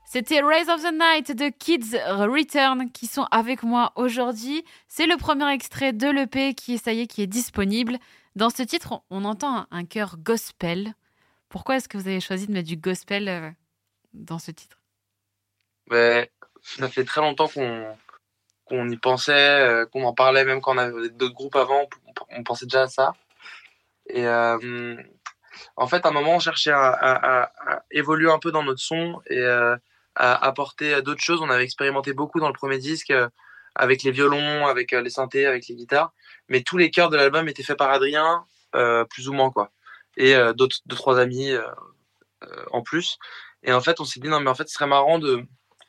A: C'était Rays of the Night de Kids Return qui sont avec moi aujourd'hui. C'est le premier extrait de l'EP qui est disponible. Dans ce titre, on entend un chœur gospel. Pourquoi est-ce que vous avez choisi de mettre du gospel dans ce titre ?
C: Ça fait très longtemps qu'on y pensait, qu'on en parlait, même quand on avait d'autres groupes avant, on pensait déjà à ça. Et en fait, à un moment, on cherchait à évoluer un peu dans notre son et à apporter d'autres choses. On avait expérimenté beaucoup dans le premier disque avec les violons, avec les synthés, avec les guitares. Mais tous les chœurs de l'album étaient faits par Adrien, plus ou moins, quoi. Et deux, trois amis en plus. Et en fait, on s'est dit, non, mais en fait, ce serait marrant de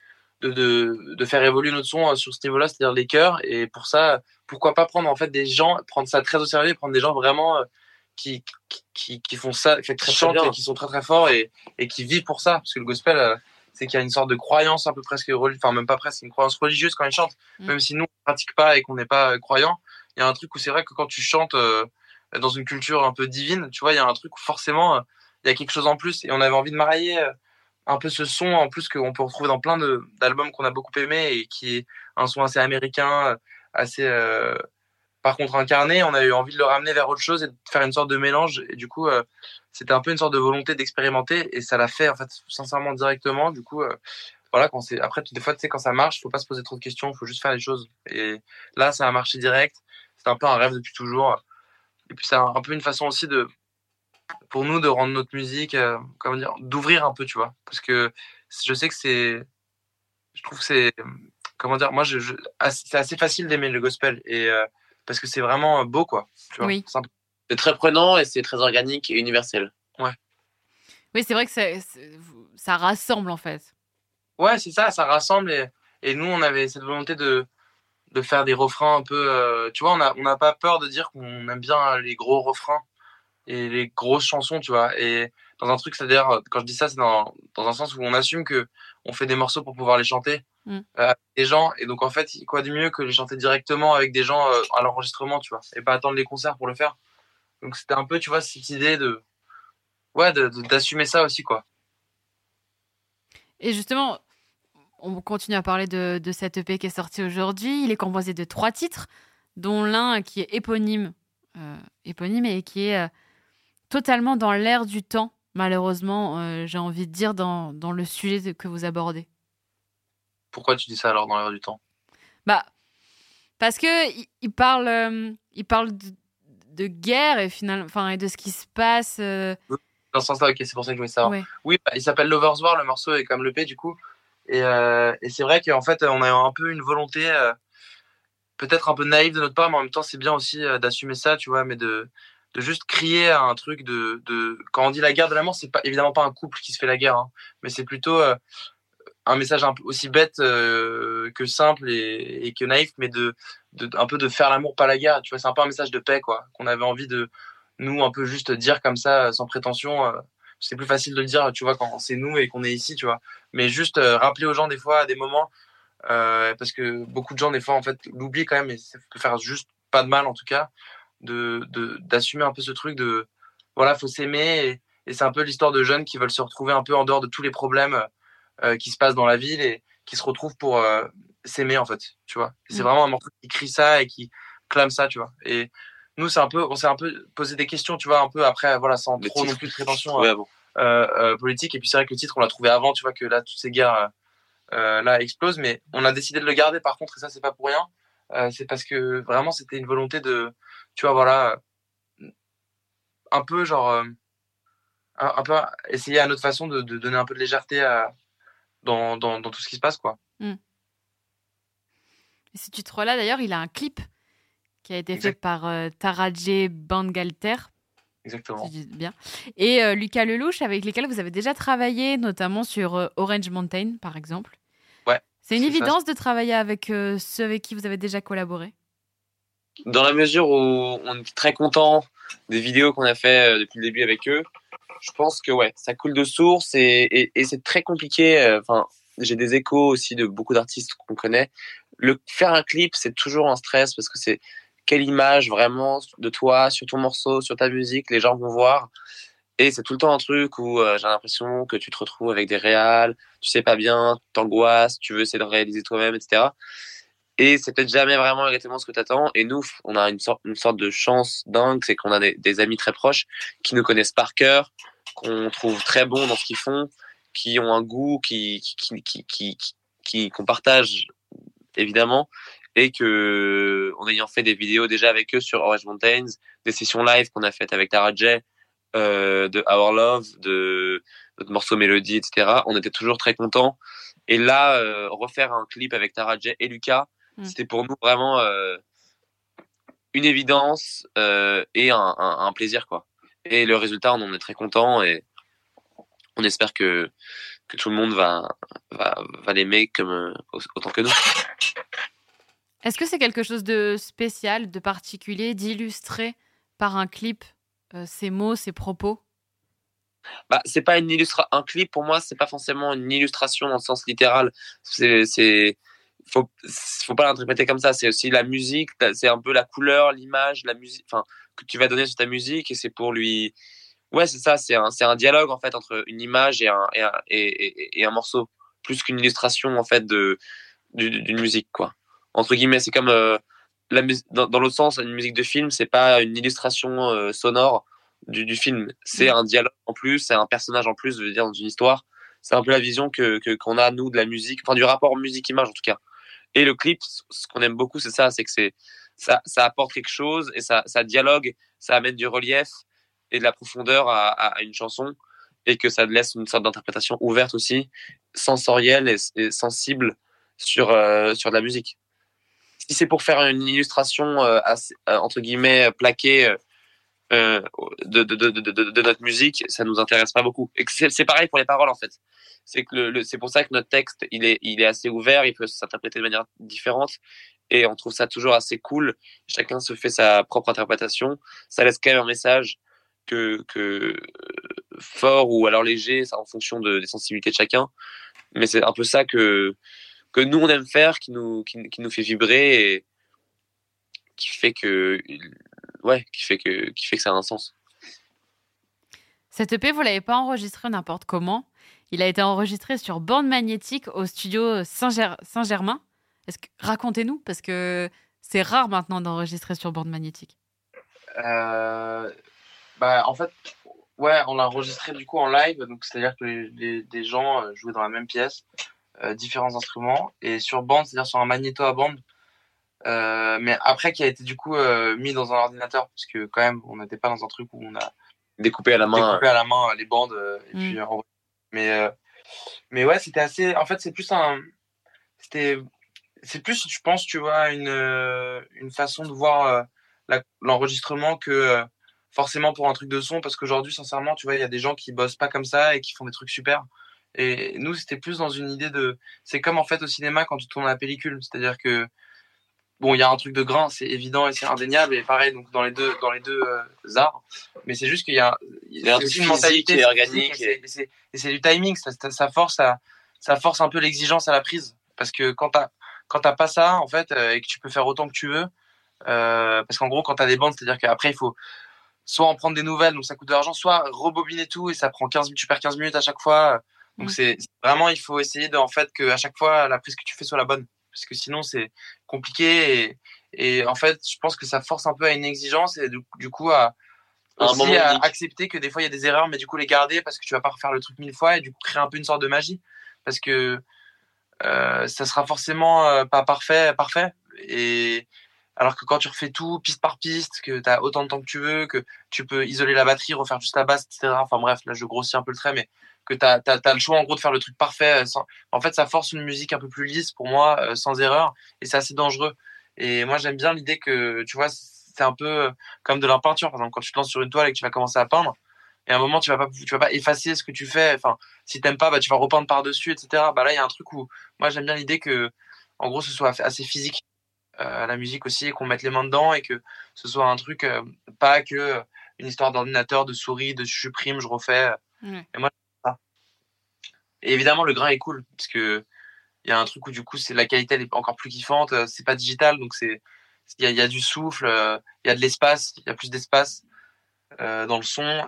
C: faire évoluer notre son sur ce niveau-là, c'est-à-dire les chœurs. Et pour ça, pourquoi pas prendre en fait des gens, prendre ça très au sérieux, prendre des gens vraiment qui font ça, qui chantent et qui sont très très forts et qui vivent pour ça. Parce que le gospel, c'est qu'il y a une sorte de croyance un peu presque religieuse, enfin même pas presque, une croyance religieuse quand ils chantent. Même si nous on pratique pas et qu'on n'est pas croyant, il y a un truc où c'est vrai que quand tu chantes dans une culture un peu divine, tu vois, il y a un truc où forcément il y a quelque chose en plus. Et on avait envie de marier un peu ce son en plus qu'on peut retrouver dans plein d'albums qu'on a beaucoup aimé et qui est un son assez américain, assez par contre incarné. On a eu envie de le ramener vers autre chose et de faire une sorte de mélange. Et du coup, c'était un peu une sorte de volonté d'expérimenter et ça l'a fait en fait sincèrement directement. Du coup, voilà, après des fois tu sais quand ça marche, faut pas se poser trop de questions, faut juste faire les choses. Et là, ça a marché direct. C'était un peu un rêve depuis toujours. Et puis c'est un peu une façon aussi pour nous de rendre notre musique, comment dire, d'ouvrir un peu, tu vois. Parce que je sais que je trouve que c'est, comment dire, moi, c'est assez facile d'aimer le gospel et parce que c'est vraiment beau, quoi. Tu vois,
A: oui.
B: C'est très prenant et c'est très organique et universel.
C: Ouais.
A: Oui, c'est vrai que ça rassemble en fait.
C: Ouais, c'est ça rassemble et nous, on avait cette volonté de faire des refrains un peu, tu vois, on n'a pas peur de dire qu'on aime bien les gros refrains et les grosses chansons, tu vois. Et dans un truc, c'est-à-dire, quand je dis ça, c'est dans un sens où on assume que on fait des morceaux pour pouvoir les chanter avec des gens. Et donc, en fait, quoi de mieux que les chanter directement avec des gens à l'enregistrement, tu vois, et pas attendre les concerts pour le faire. Donc, c'était un peu, tu vois, cette idée d'assumer ça aussi, quoi.
A: Et justement, on continue à parler de cette EP qui est sortie aujourd'hui. Il est composé de 3 titres, dont l'un qui est éponyme et qui est totalement dans l'air du temps, malheureusement, j'ai envie de dire, dans le sujet que vous abordez.
C: Pourquoi tu dis ça alors dans l'air du temps ?
A: Parce que il parle de guerre et et de ce qui se passe.
C: Dans ce sens-là, ok, c'est pour ça que je voulais savoir.
A: Ouais.
C: Oui, il s'appelle Lovers War, le morceau est comme l'EP du coup. Et c'est vrai qu'en fait, on a un peu une volonté, peut-être un peu naïve de notre part, mais en même temps, c'est bien aussi d'assumer ça, tu vois, mais de juste crier à un truc quand on dit la guerre de l'amour, c'est pas évidemment pas un couple qui se fait la guerre, hein, mais c'est plutôt un message un peu aussi bête que simple et que naïf, mais un peu de faire l'amour, pas la guerre, tu vois, c'est un peu un message de paix, quoi, qu'on avait envie de nous un peu juste dire comme ça, sans prétention. C'est plus facile de le dire, tu vois, quand c'est nous et qu'on est ici, tu vois, mais juste rappeler aux gens des fois à des moments. Parce que beaucoup de gens des fois en fait l'oublient quand même et ça peut faire juste pas de mal en tout cas d'assumer un peu ce truc de voilà, faut s'aimer et c'est un peu l'histoire de jeunes qui veulent se retrouver un peu en dehors de tous les problèmes qui se passent dans la ville et qui se retrouvent pour s'aimer en fait, tu vois. C'est vraiment un morceau qui crie ça et qui clame ça, tu vois. Et nous on s'est un peu posé des questions, tu vois, un peu après, voilà, sans trop non plus de prétention politique. Et puis c'est vrai que le titre on l'a trouvé avant, tu vois, que là toutes ces guerres là explose, mais on a décidé de le garder par contre, et ça c'est pas pour rien, c'est parce que vraiment c'était une volonté de, tu vois, voilà, un peu genre un peu essayer à notre façon de donner un peu de légèreté dans tout ce qui se passe, quoi.
A: Et ce titre-là d'ailleurs, il a un clip qui a été fait par Taradje Bangalter.
C: Exactement.
A: Si je dis bien. Et Lucas Lelouch, avec lesquels vous avez déjà travaillé, notamment sur Orange Mountain, par exemple.
C: Ouais.
A: C'est une évidence de travailler avec ceux avec qui vous avez déjà collaboré ?
B: Dans la mesure où on est très content des vidéos qu'on a fait depuis le début avec eux, je pense que ouais, ça coule de source et c'est très compliqué. Enfin, j'ai des échos aussi de beaucoup d'artistes qu'on connaît. Faire un clip, c'est toujours un stress parce que c'est quelle image vraiment de toi, sur ton morceau, sur ta musique, les gens vont voir. Et c'est tout le temps un truc où j'ai l'impression que tu te retrouves avec des réals, tu sais pas bien, t'angoisses, tu veux essayer de réaliser toi-même, etc. Et c'est peut-être jamais vraiment exactement ce que t'attends. Et nous, on a une sorte de chance dingue, c'est qu'on a des amis très proches qui nous connaissent par cœur, qu'on trouve très bons dans ce qu'ils font, qui ont un goût, qu'on partage évidemment, et que en ayant fait des vidéos déjà avec eux sur Orange Mountains, des sessions live qu'on a faites avec Tara J, de Our Love, de notre morceau Mélodie, etc. On était toujours très contents. Et là, refaire un clip avec Tara J et Lucas, c'était pour nous vraiment une évidence et un plaisir, quoi. Et le résultat, on en est très content et on espère que tout le monde va l'aimer comme autant que nous.
A: Est-ce que c'est quelque chose de spécial, de particulier, d'illustrer par un clip ces mots, ces propos?
B: Bah, c'est pas un clip pour moi, c'est pas forcément une illustration dans le sens littéral. Faut pas l'interpréter comme ça. C'est aussi la musique, c'est un peu la couleur, l'image, la musique, enfin, que tu vas donner sur ta musique et c'est pour lui. Ouais, c'est ça, c'est un dialogue en fait entre une image et un morceau, plus qu'une illustration en fait d'une musique, quoi. Entre guillemets, c'est comme dans l'autre sens, une musique de film, c'est pas une illustration sonore du film, c'est un dialogue en plus, c'est un personnage en plus, je veux dire, dans une histoire. C'est un peu la vision qu'on a nous de la musique, enfin du rapport musique-image en tout cas. Et le clip, ce qu'on aime beaucoup, c'est ça, c'est que ça apporte quelque chose et ça dialogue, ça amène du relief et de la profondeur à une chanson et que ça laisse une sorte d'interprétation ouverte aussi, sensorielle et sensible sur de la musique. Si c'est pour faire une illustration entre guillemets plaquée de notre musique, ça nous intéresse pas beaucoup. Et c'est pareil pour les paroles en fait. C'est que c'est pour ça que notre texte il est assez ouvert, il peut s'interpréter de manière différente et on trouve ça toujours assez cool. Chacun se fait sa propre interprétation. Ça laisse quand même un message que fort ou alors léger, ça en fonction des sensibilités de chacun. Mais c'est un peu ça que nous on aime faire, qui nous fait vibrer et qui fait que qui fait que ça a un sens.
A: Cet EP, vous l'avez pas enregistré n'importe comment. Il a été enregistré sur bande magnétique au studio Saint-Germain. Racontez-nous, parce que c'est rare maintenant d'enregistrer sur bande magnétique.
C: En fait, ouais, on l'a enregistré du coup en live, donc c'est-à-dire que les gens jouaient dans la même pièce, différents instruments, et sur bande, c'est-à-dire sur un magnéto à bande, mais après qui a été du coup mis dans un ordinateur, parce que quand même, on n'était pas dans un truc où on a
B: découpé à la main
C: les bandes, et puis mais ouais, c'était assez. En fait, c'est plus je pense, tu vois, une façon de voir l'enregistrement que forcément pour un truc de son, parce qu'aujourd'hui, sincèrement, tu vois, il y a des gens qui bossent pas comme ça et qui font des trucs super. Et nous, c'était plus dans une idée c'est comme en fait au cinéma quand tu tournes la pellicule, c'est-à-dire que bon, il y a un truc de grain, c'est évident et c'est indéniable, et pareil donc dans les deux arts, mais c'est juste qu'il y a
B: aussi une mentalité organique
C: et c'est du timing, ça force un peu l'exigence à la prise, parce que quand t'as pas ça en fait et que tu peux faire autant que tu veux, parce qu'en gros quand t'as des bandes, c'est-à-dire qu'après il faut soit en prendre des nouvelles, donc ça coûte de l'argent, soit rebobiner tout et ça prend 15 minutes, tu perds 15 minutes à chaque fois, donc c'est vraiment, il faut essayer en fait que à chaque fois la prise que tu fais soit la bonne, parce que sinon c'est compliqué et en fait je pense que ça force un peu à une exigence et du coup à accepter que des fois il y a des erreurs, mais du coup les garder parce que tu vas pas refaire le truc 1000 fois et du coup créer un peu une sorte de magie, parce que ça sera forcément pas parfait, et alors que quand tu refais tout piste par piste, que tu as autant de temps que tu veux, que tu peux isoler la batterie, refaire juste la basse, etc. Enfin bref, là je grossis un peu le trait, mais que tu as le choix en gros de faire le truc parfait. En fait, ça force une musique un peu plus lisse pour moi, sans erreur, et c'est assez dangereux. Et moi j'aime bien l'idée que, tu vois, c'est un peu comme de la peinture. Par exemple, quand tu te lances sur une toile et que tu vas commencer à peindre, et à un moment tu vas pas effacer ce que tu fais. Enfin, si t'aimes pas, bah, tu vas repeindre par-dessus, etc. Bah là, il y a un truc où moi j'aime bien l'idée que, en gros, ce soit assez physique à la musique aussi, et qu'on mette les mains dedans et que ce soit un truc, pas que une histoire d'ordinateur, de souris, de je supprime, je refais. Et moi, ça. Et évidemment, le grain est cool parce que il y a un truc où du coup, c'est la qualité elle est encore plus kiffante. C'est pas digital, donc il y a du souffle, il y a de l'espace, il y a plus d'espace. dans le son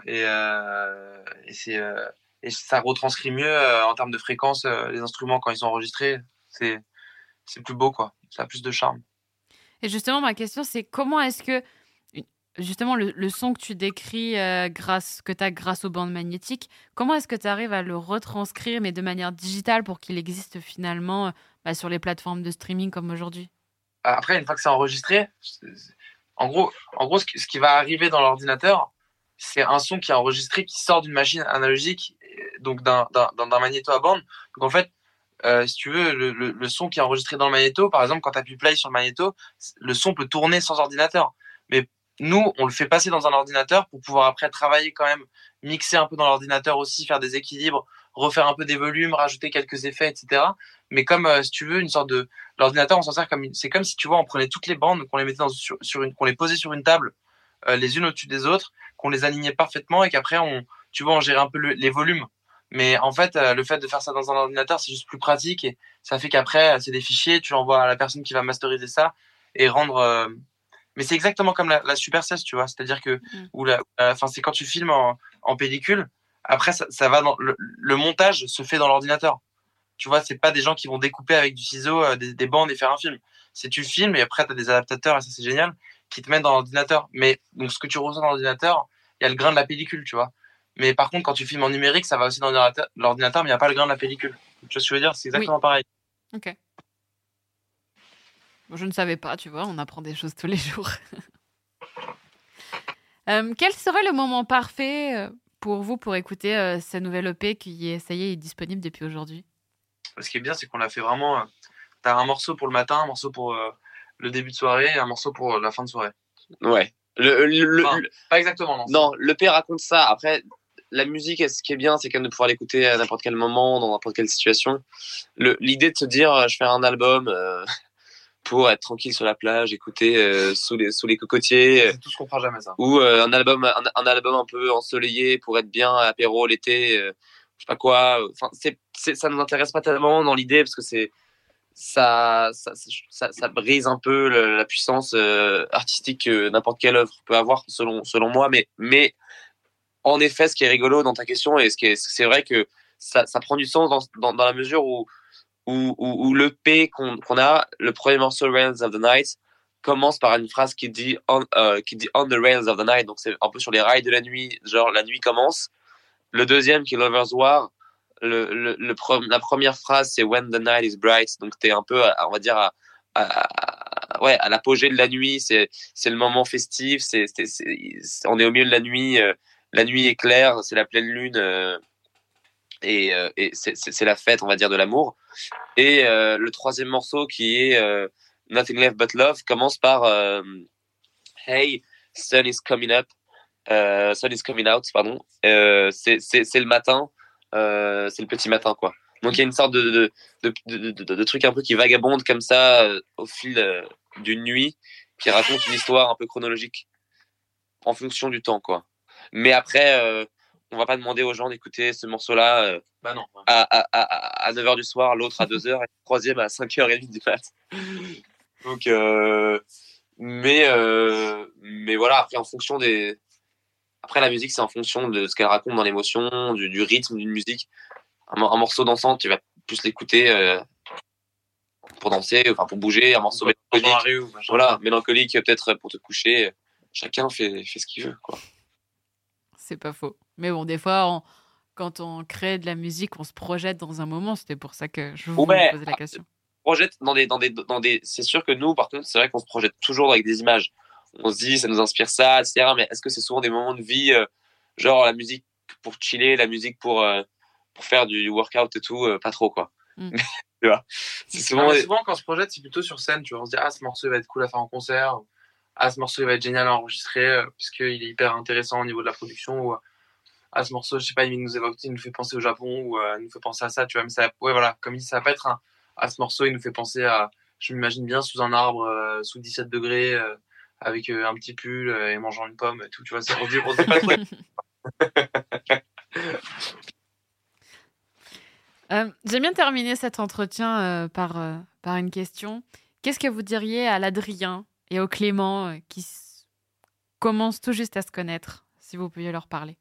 C: et ça retranscrit mieux en termes de fréquence les instruments quand ils sont enregistrés. C'est c'est plus beau, quoi. Ça a plus de charme.
A: Et justement, ma question, c'est comment est-ce que, justement, le son que tu décris que tu as grâce aux bandes magnétiques, comment est-ce que tu arrives à le retranscrire, mais de manière digitale pour qu'il existe finalement sur les plateformes de streaming comme aujourd'hui?
C: Après, une fois que c'est enregistré, en gros, ce qui va arriver dans l'ordinateur, c'est un son qui est enregistré, qui sort d'une machine analogique, donc d'un magnéto à bande. Donc en fait, si tu veux, le son qui est enregistré dans le magnéto, par exemple, quand tu appuies play sur le magnéto, le son peut tourner sans ordinateur. Mais nous, on le fait passer dans un ordinateur pour pouvoir après travailler quand même, mixer un peu dans l'ordinateur aussi, faire des équilibres, refaire un peu des volumes, rajouter quelques effets, etc. Mais comme, si tu veux, une sorte de... L'ordinateur, on s'en sert comme... C'est comme si, tu vois, on prenait toutes les bandes, qu'on les mettait qu'on les posait sur une table, les unes au-dessus des autres, qu'on les alignait parfaitement et qu'après, tu vois, on gérait un peu les volumes. Mais en fait, le fait de faire ça dans un ordinateur, c'est juste plus pratique et ça fait qu'après, c'est des fichiers, tu l'envoies à la personne qui va masteriser ça et rendre. Mais c'est exactement comme la Super 16, tu vois. C'est-à-dire que, enfin, c'est quand tu filmes en pellicule, après, ça va dans. Le montage se fait dans l'ordinateur. Tu vois, c'est pas des gens qui vont découper avec du ciseau des bandes et faire un film. C'est tu filmes et après, tu as des adaptateurs et ça, c'est génial, qui te mettent dans l'ordinateur. Mais donc, ce que tu reçois dans l'ordinateur, il y a le grain de la pellicule, tu vois. Mais par contre, quand tu filmes en numérique, ça va aussi dans l'ordinateur, mais il n'y a pas le grain de la pellicule. Tu vois ce que je veux dire? C'est exactement pareil.
A: Ok. Bon, je ne savais pas, tu vois, on apprend des choses tous les jours. Quel serait le moment parfait pour vous pour écouter ce nouvel EP qui est, ça y est disponible depuis aujourd'hui?
C: Ce qui est bien, c'est qu'on l'a fait vraiment. Tu as un morceau pour le matin, un morceau pour le début de soirée et un morceau pour la fin de soirée.
B: Ouais.
C: Pas exactement, non.
B: Non, l'EP raconte ça. Après, la musique, ce qui est bien, c'est quand même de pouvoir l'écouter à n'importe quel moment, dans n'importe quelle situation. L'idée de se dire, je fais un album pour être tranquille sur la plage, écouter sous les cocotiers.
C: C'est tout ce qu'on fera jamais, ça.
B: Ou un album un peu ensoleillé pour être bien à apéro l'été, je sais pas quoi. Enfin, ça nous intéresse pas tellement dans l'idée parce que ça brise un peu la puissance artistique que n'importe quelle œuvre peut avoir selon moi. Mais en effet, ce qui est rigolo dans ta question et c'est vrai que ça prend du sens dans la mesure où le P qu'on a, le premier morceau Rails of the Night, commence par une phrase qui dit on the rails of the night, donc c'est un peu sur les rails de la nuit, genre la nuit commence. Le deuxième qui est Lover's War, la première phrase c'est When the night is bright, donc t'es un peu on va dire à l'apogée de la nuit, c'est le moment festif, on est au milieu de la nuit est claire, c'est la pleine lune et c'est la fête, on va dire, de l'amour. Et le troisième morceau qui est Nothing Left But Love commence par Hey, sun is coming up, sun is coming out, pardon. C'est le matin, c'est le petit matin, quoi. Donc il y a une sorte de truc un peu qui vagabonde comme ça au fil d'une nuit, qui raconte une histoire un peu chronologique en fonction du temps, quoi. Mais après, on va pas demander aux gens d'écouter ce morceau-là
C: non.
B: à 9h du soir, l'autre à 2h et le troisième à 5h30 du mat. Donc, mais voilà, après, en fonction des. Après, la musique, c'est en fonction de ce qu'elle raconte dans l'émotion, du rythme d'une musique. Un morceau dansant, tu vas plus l'écouter pour danser, enfin pour bouger. Un morceau mélancolique, voilà, mélancolique, peut-être pour te coucher. Chacun fait ce qu'il veut, quoi.
A: C'est pas faux. Mais bon, des fois, quand on crée de la musique, on se projette dans un moment. C'était pour ça que je vous posais la question.
B: Projette dans des. C'est sûr que nous, par contre, c'est vrai qu'on se projette toujours avec des images. On se dit, ça nous inspire ça, etc. Mais est-ce que c'est souvent des moments de vie, genre la musique pour chiller, la musique pour faire du workout et tout, pas trop, quoi. Tu vois, c'est
C: souvent quand on se projette, c'est plutôt sur scène. Tu vois, on se dit, ce morceau il va être cool à faire en concert. Ce morceau il va être génial à enregistrer puisqu'il est hyper intéressant au niveau de la production. Ou ce morceau, je sais pas, il nous évoque, il nous fait penser au Japon ou il nous fait penser à ça. Tu vois, mais ça, ouais, voilà, comme il dit, ça va pas être ce morceau, il nous fait penser à, je m'imagine bien sous un arbre, sous 17 degrés, avec un petit pull et mangeant une pomme et tout. Tu vois, on dit pas trop.
A: J'aime bien terminer cet entretien par une question. Qu'est-ce que vous diriez à l'Adrien et au Clément qui commencent tout juste à se connaître si vous pouviez leur parler.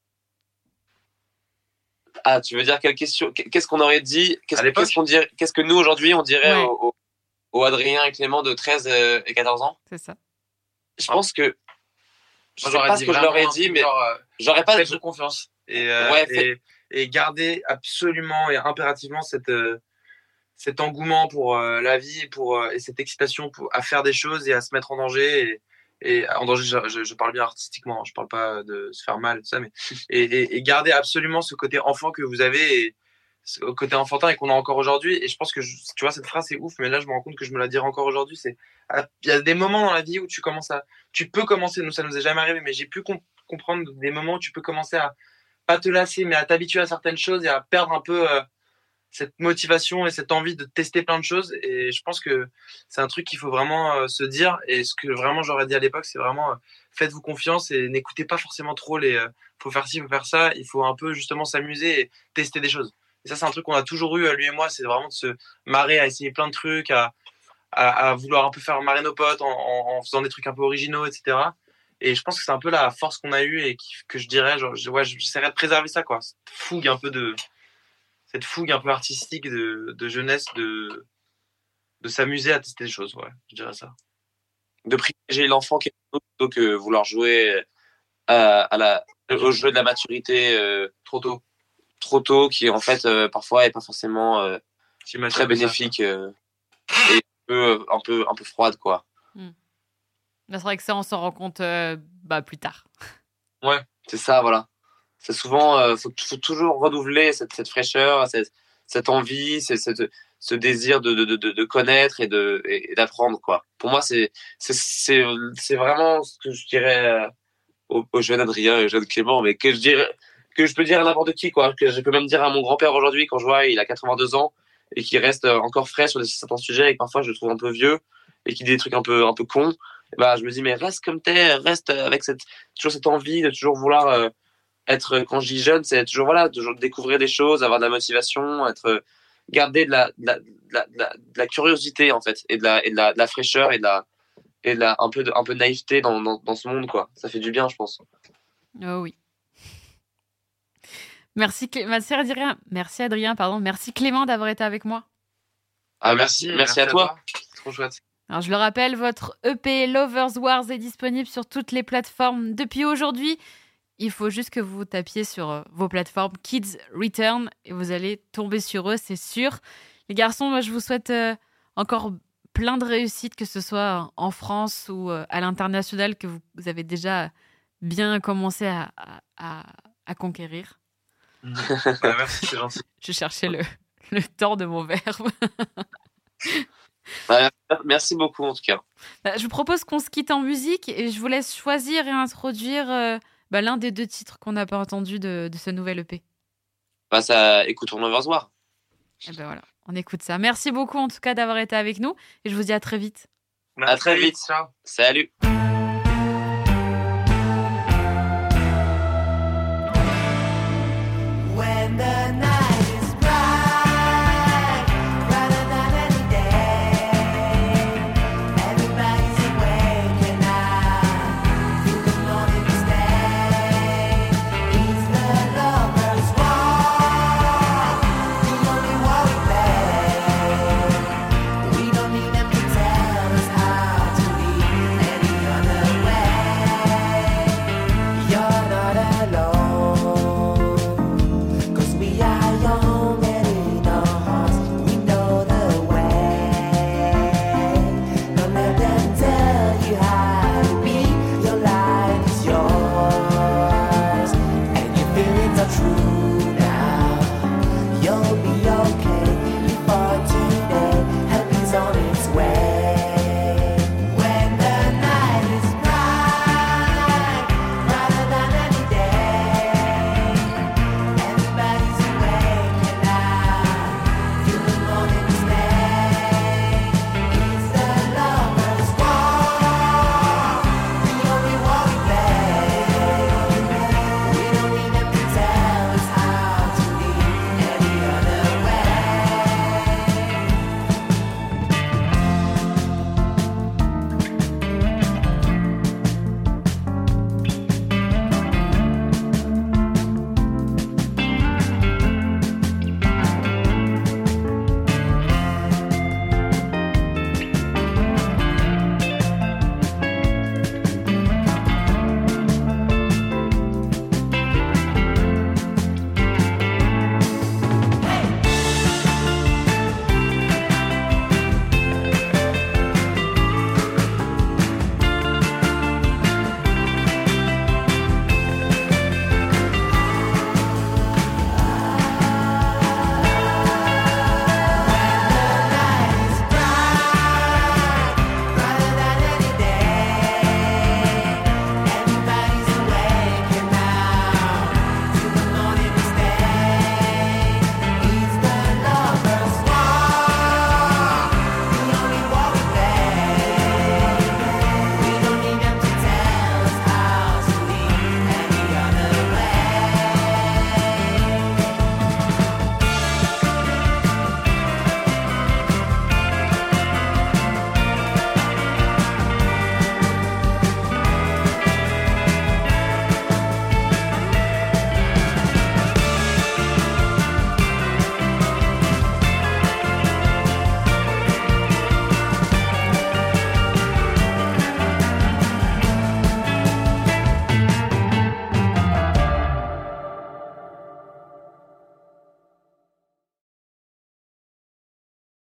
B: Ah, tu veux dire quelle question? Qu'est-ce qu'on aurait dit? Qu'est-ce que nous, aujourd'hui, on dirait au Adrien et Clément de 13 et 14 ans?
A: C'est ça.
B: Je pense que... Je
C: Moi,
B: sais pas ce que je leur ai dit, mais j'aurais pas...
C: Faites-vous confiance. Et gardez absolument et impérativement cet engouement pour la vie et cette excitation à faire des choses et à se mettre en danger. Et en danger, je parle bien artistiquement, je parle pas de se faire mal, tout ça, mais et garder absolument ce côté enfant que vous avez, et ce côté enfantin et qu'on a encore aujourd'hui. Et je pense que, tu vois, cette phrase c'est ouf, mais là je me rends compte que je me la dirai encore aujourd'hui. Il y a des moments dans la vie où tu peux commencer, nous ça nous est jamais arrivé, mais j'ai pu comprendre des moments où tu peux commencer à pas te lasser, mais à t'habituer à certaines choses et à perdre un peu cette motivation et cette envie de tester plein de choses. Et je pense que c'est un truc qu'il faut vraiment se dire. Et ce que vraiment j'aurais dit à l'époque, c'est vraiment faites-vous confiance et n'écoutez pas forcément trop faut faire ci, faut faire ça. Il faut un peu justement s'amuser et tester des choses. Et ça, c'est un truc qu'on a toujours eu, lui et moi, c'est vraiment de se marrer à essayer plein de trucs, à vouloir un peu faire marrer nos potes en faisant des trucs un peu originaux, etc. Et je pense que c'est un peu la force qu'on a eue et que je dirais, j'essaierais de préserver ça, quoi. Cette fougue un peu artistique de jeunesse, de s'amuser à tester des choses, ouais, je dirais ça.
B: De privilégier l'enfant qui est plutôt que vouloir jouer au jeu de la maturité trop tôt, qui en fait parfois est pas forcément très bénéfique et un peu froide, quoi.
A: C'est vrai que ça, on s'en rend compte plus tard.
B: Ouais, c'est ça, voilà. C'est souvent, faut toujours renouveler cette fraîcheur, cette envie, ce désir de connaître et d'apprendre, quoi. Pour moi, c'est vraiment ce que je dirais au jeune Adrien et au jeune Clément, mais que je peux dire à n'importe qui, quoi. Que je peux même dire à mon grand-père aujourd'hui, quand je vois, il a 82 ans et qu'il reste encore frais sur certains sujets et que parfois je le trouve un peu vieux et qu'il dit des trucs un peu cons. Bah, je me dis, mais reste comme t'es, reste avec toujours cette envie de toujours vouloir être, quand je dis jeune, c'est toujours, voilà, toujours découvrir des choses, avoir de la motivation, garder de la curiosité, en fait, et de la fraîcheur et un peu de naïveté dans ce monde, quoi. Ça fait du bien, je pense.
A: Oh oui. Merci Adrien, pardon. Merci Clément d'avoir été avec moi.
B: Ah, merci à toi.
C: C'est trop chouette.
A: Alors, je le rappelle, votre EP Lovers Wars est disponible sur toutes les plateformes depuis aujourd'hui. Il faut juste que vous tapiez sur vos plateformes Kids Return et vous allez tomber sur eux, c'est sûr. Les garçons, moi, je vous souhaite encore plein de réussite, que ce soit en France ou à l'international, que vous avez déjà bien commencé à conquérir.
C: Merci, c'est gentil.
A: Je cherchais le temps de mon verbe.
B: Merci beaucoup, en tout cas.
A: Je vous propose qu'on se quitte en musique et je vous laisse choisir et introduire l'un des deux titres qu'on n'a pas entendu de ce nouvel EP.
B: Écoutons Lovers War.
A: Et voilà, on écoute ça. Merci beaucoup en tout cas d'avoir été avec nous et je vous dis à très vite.
B: À très vite.
C: Ciao.
B: Salut.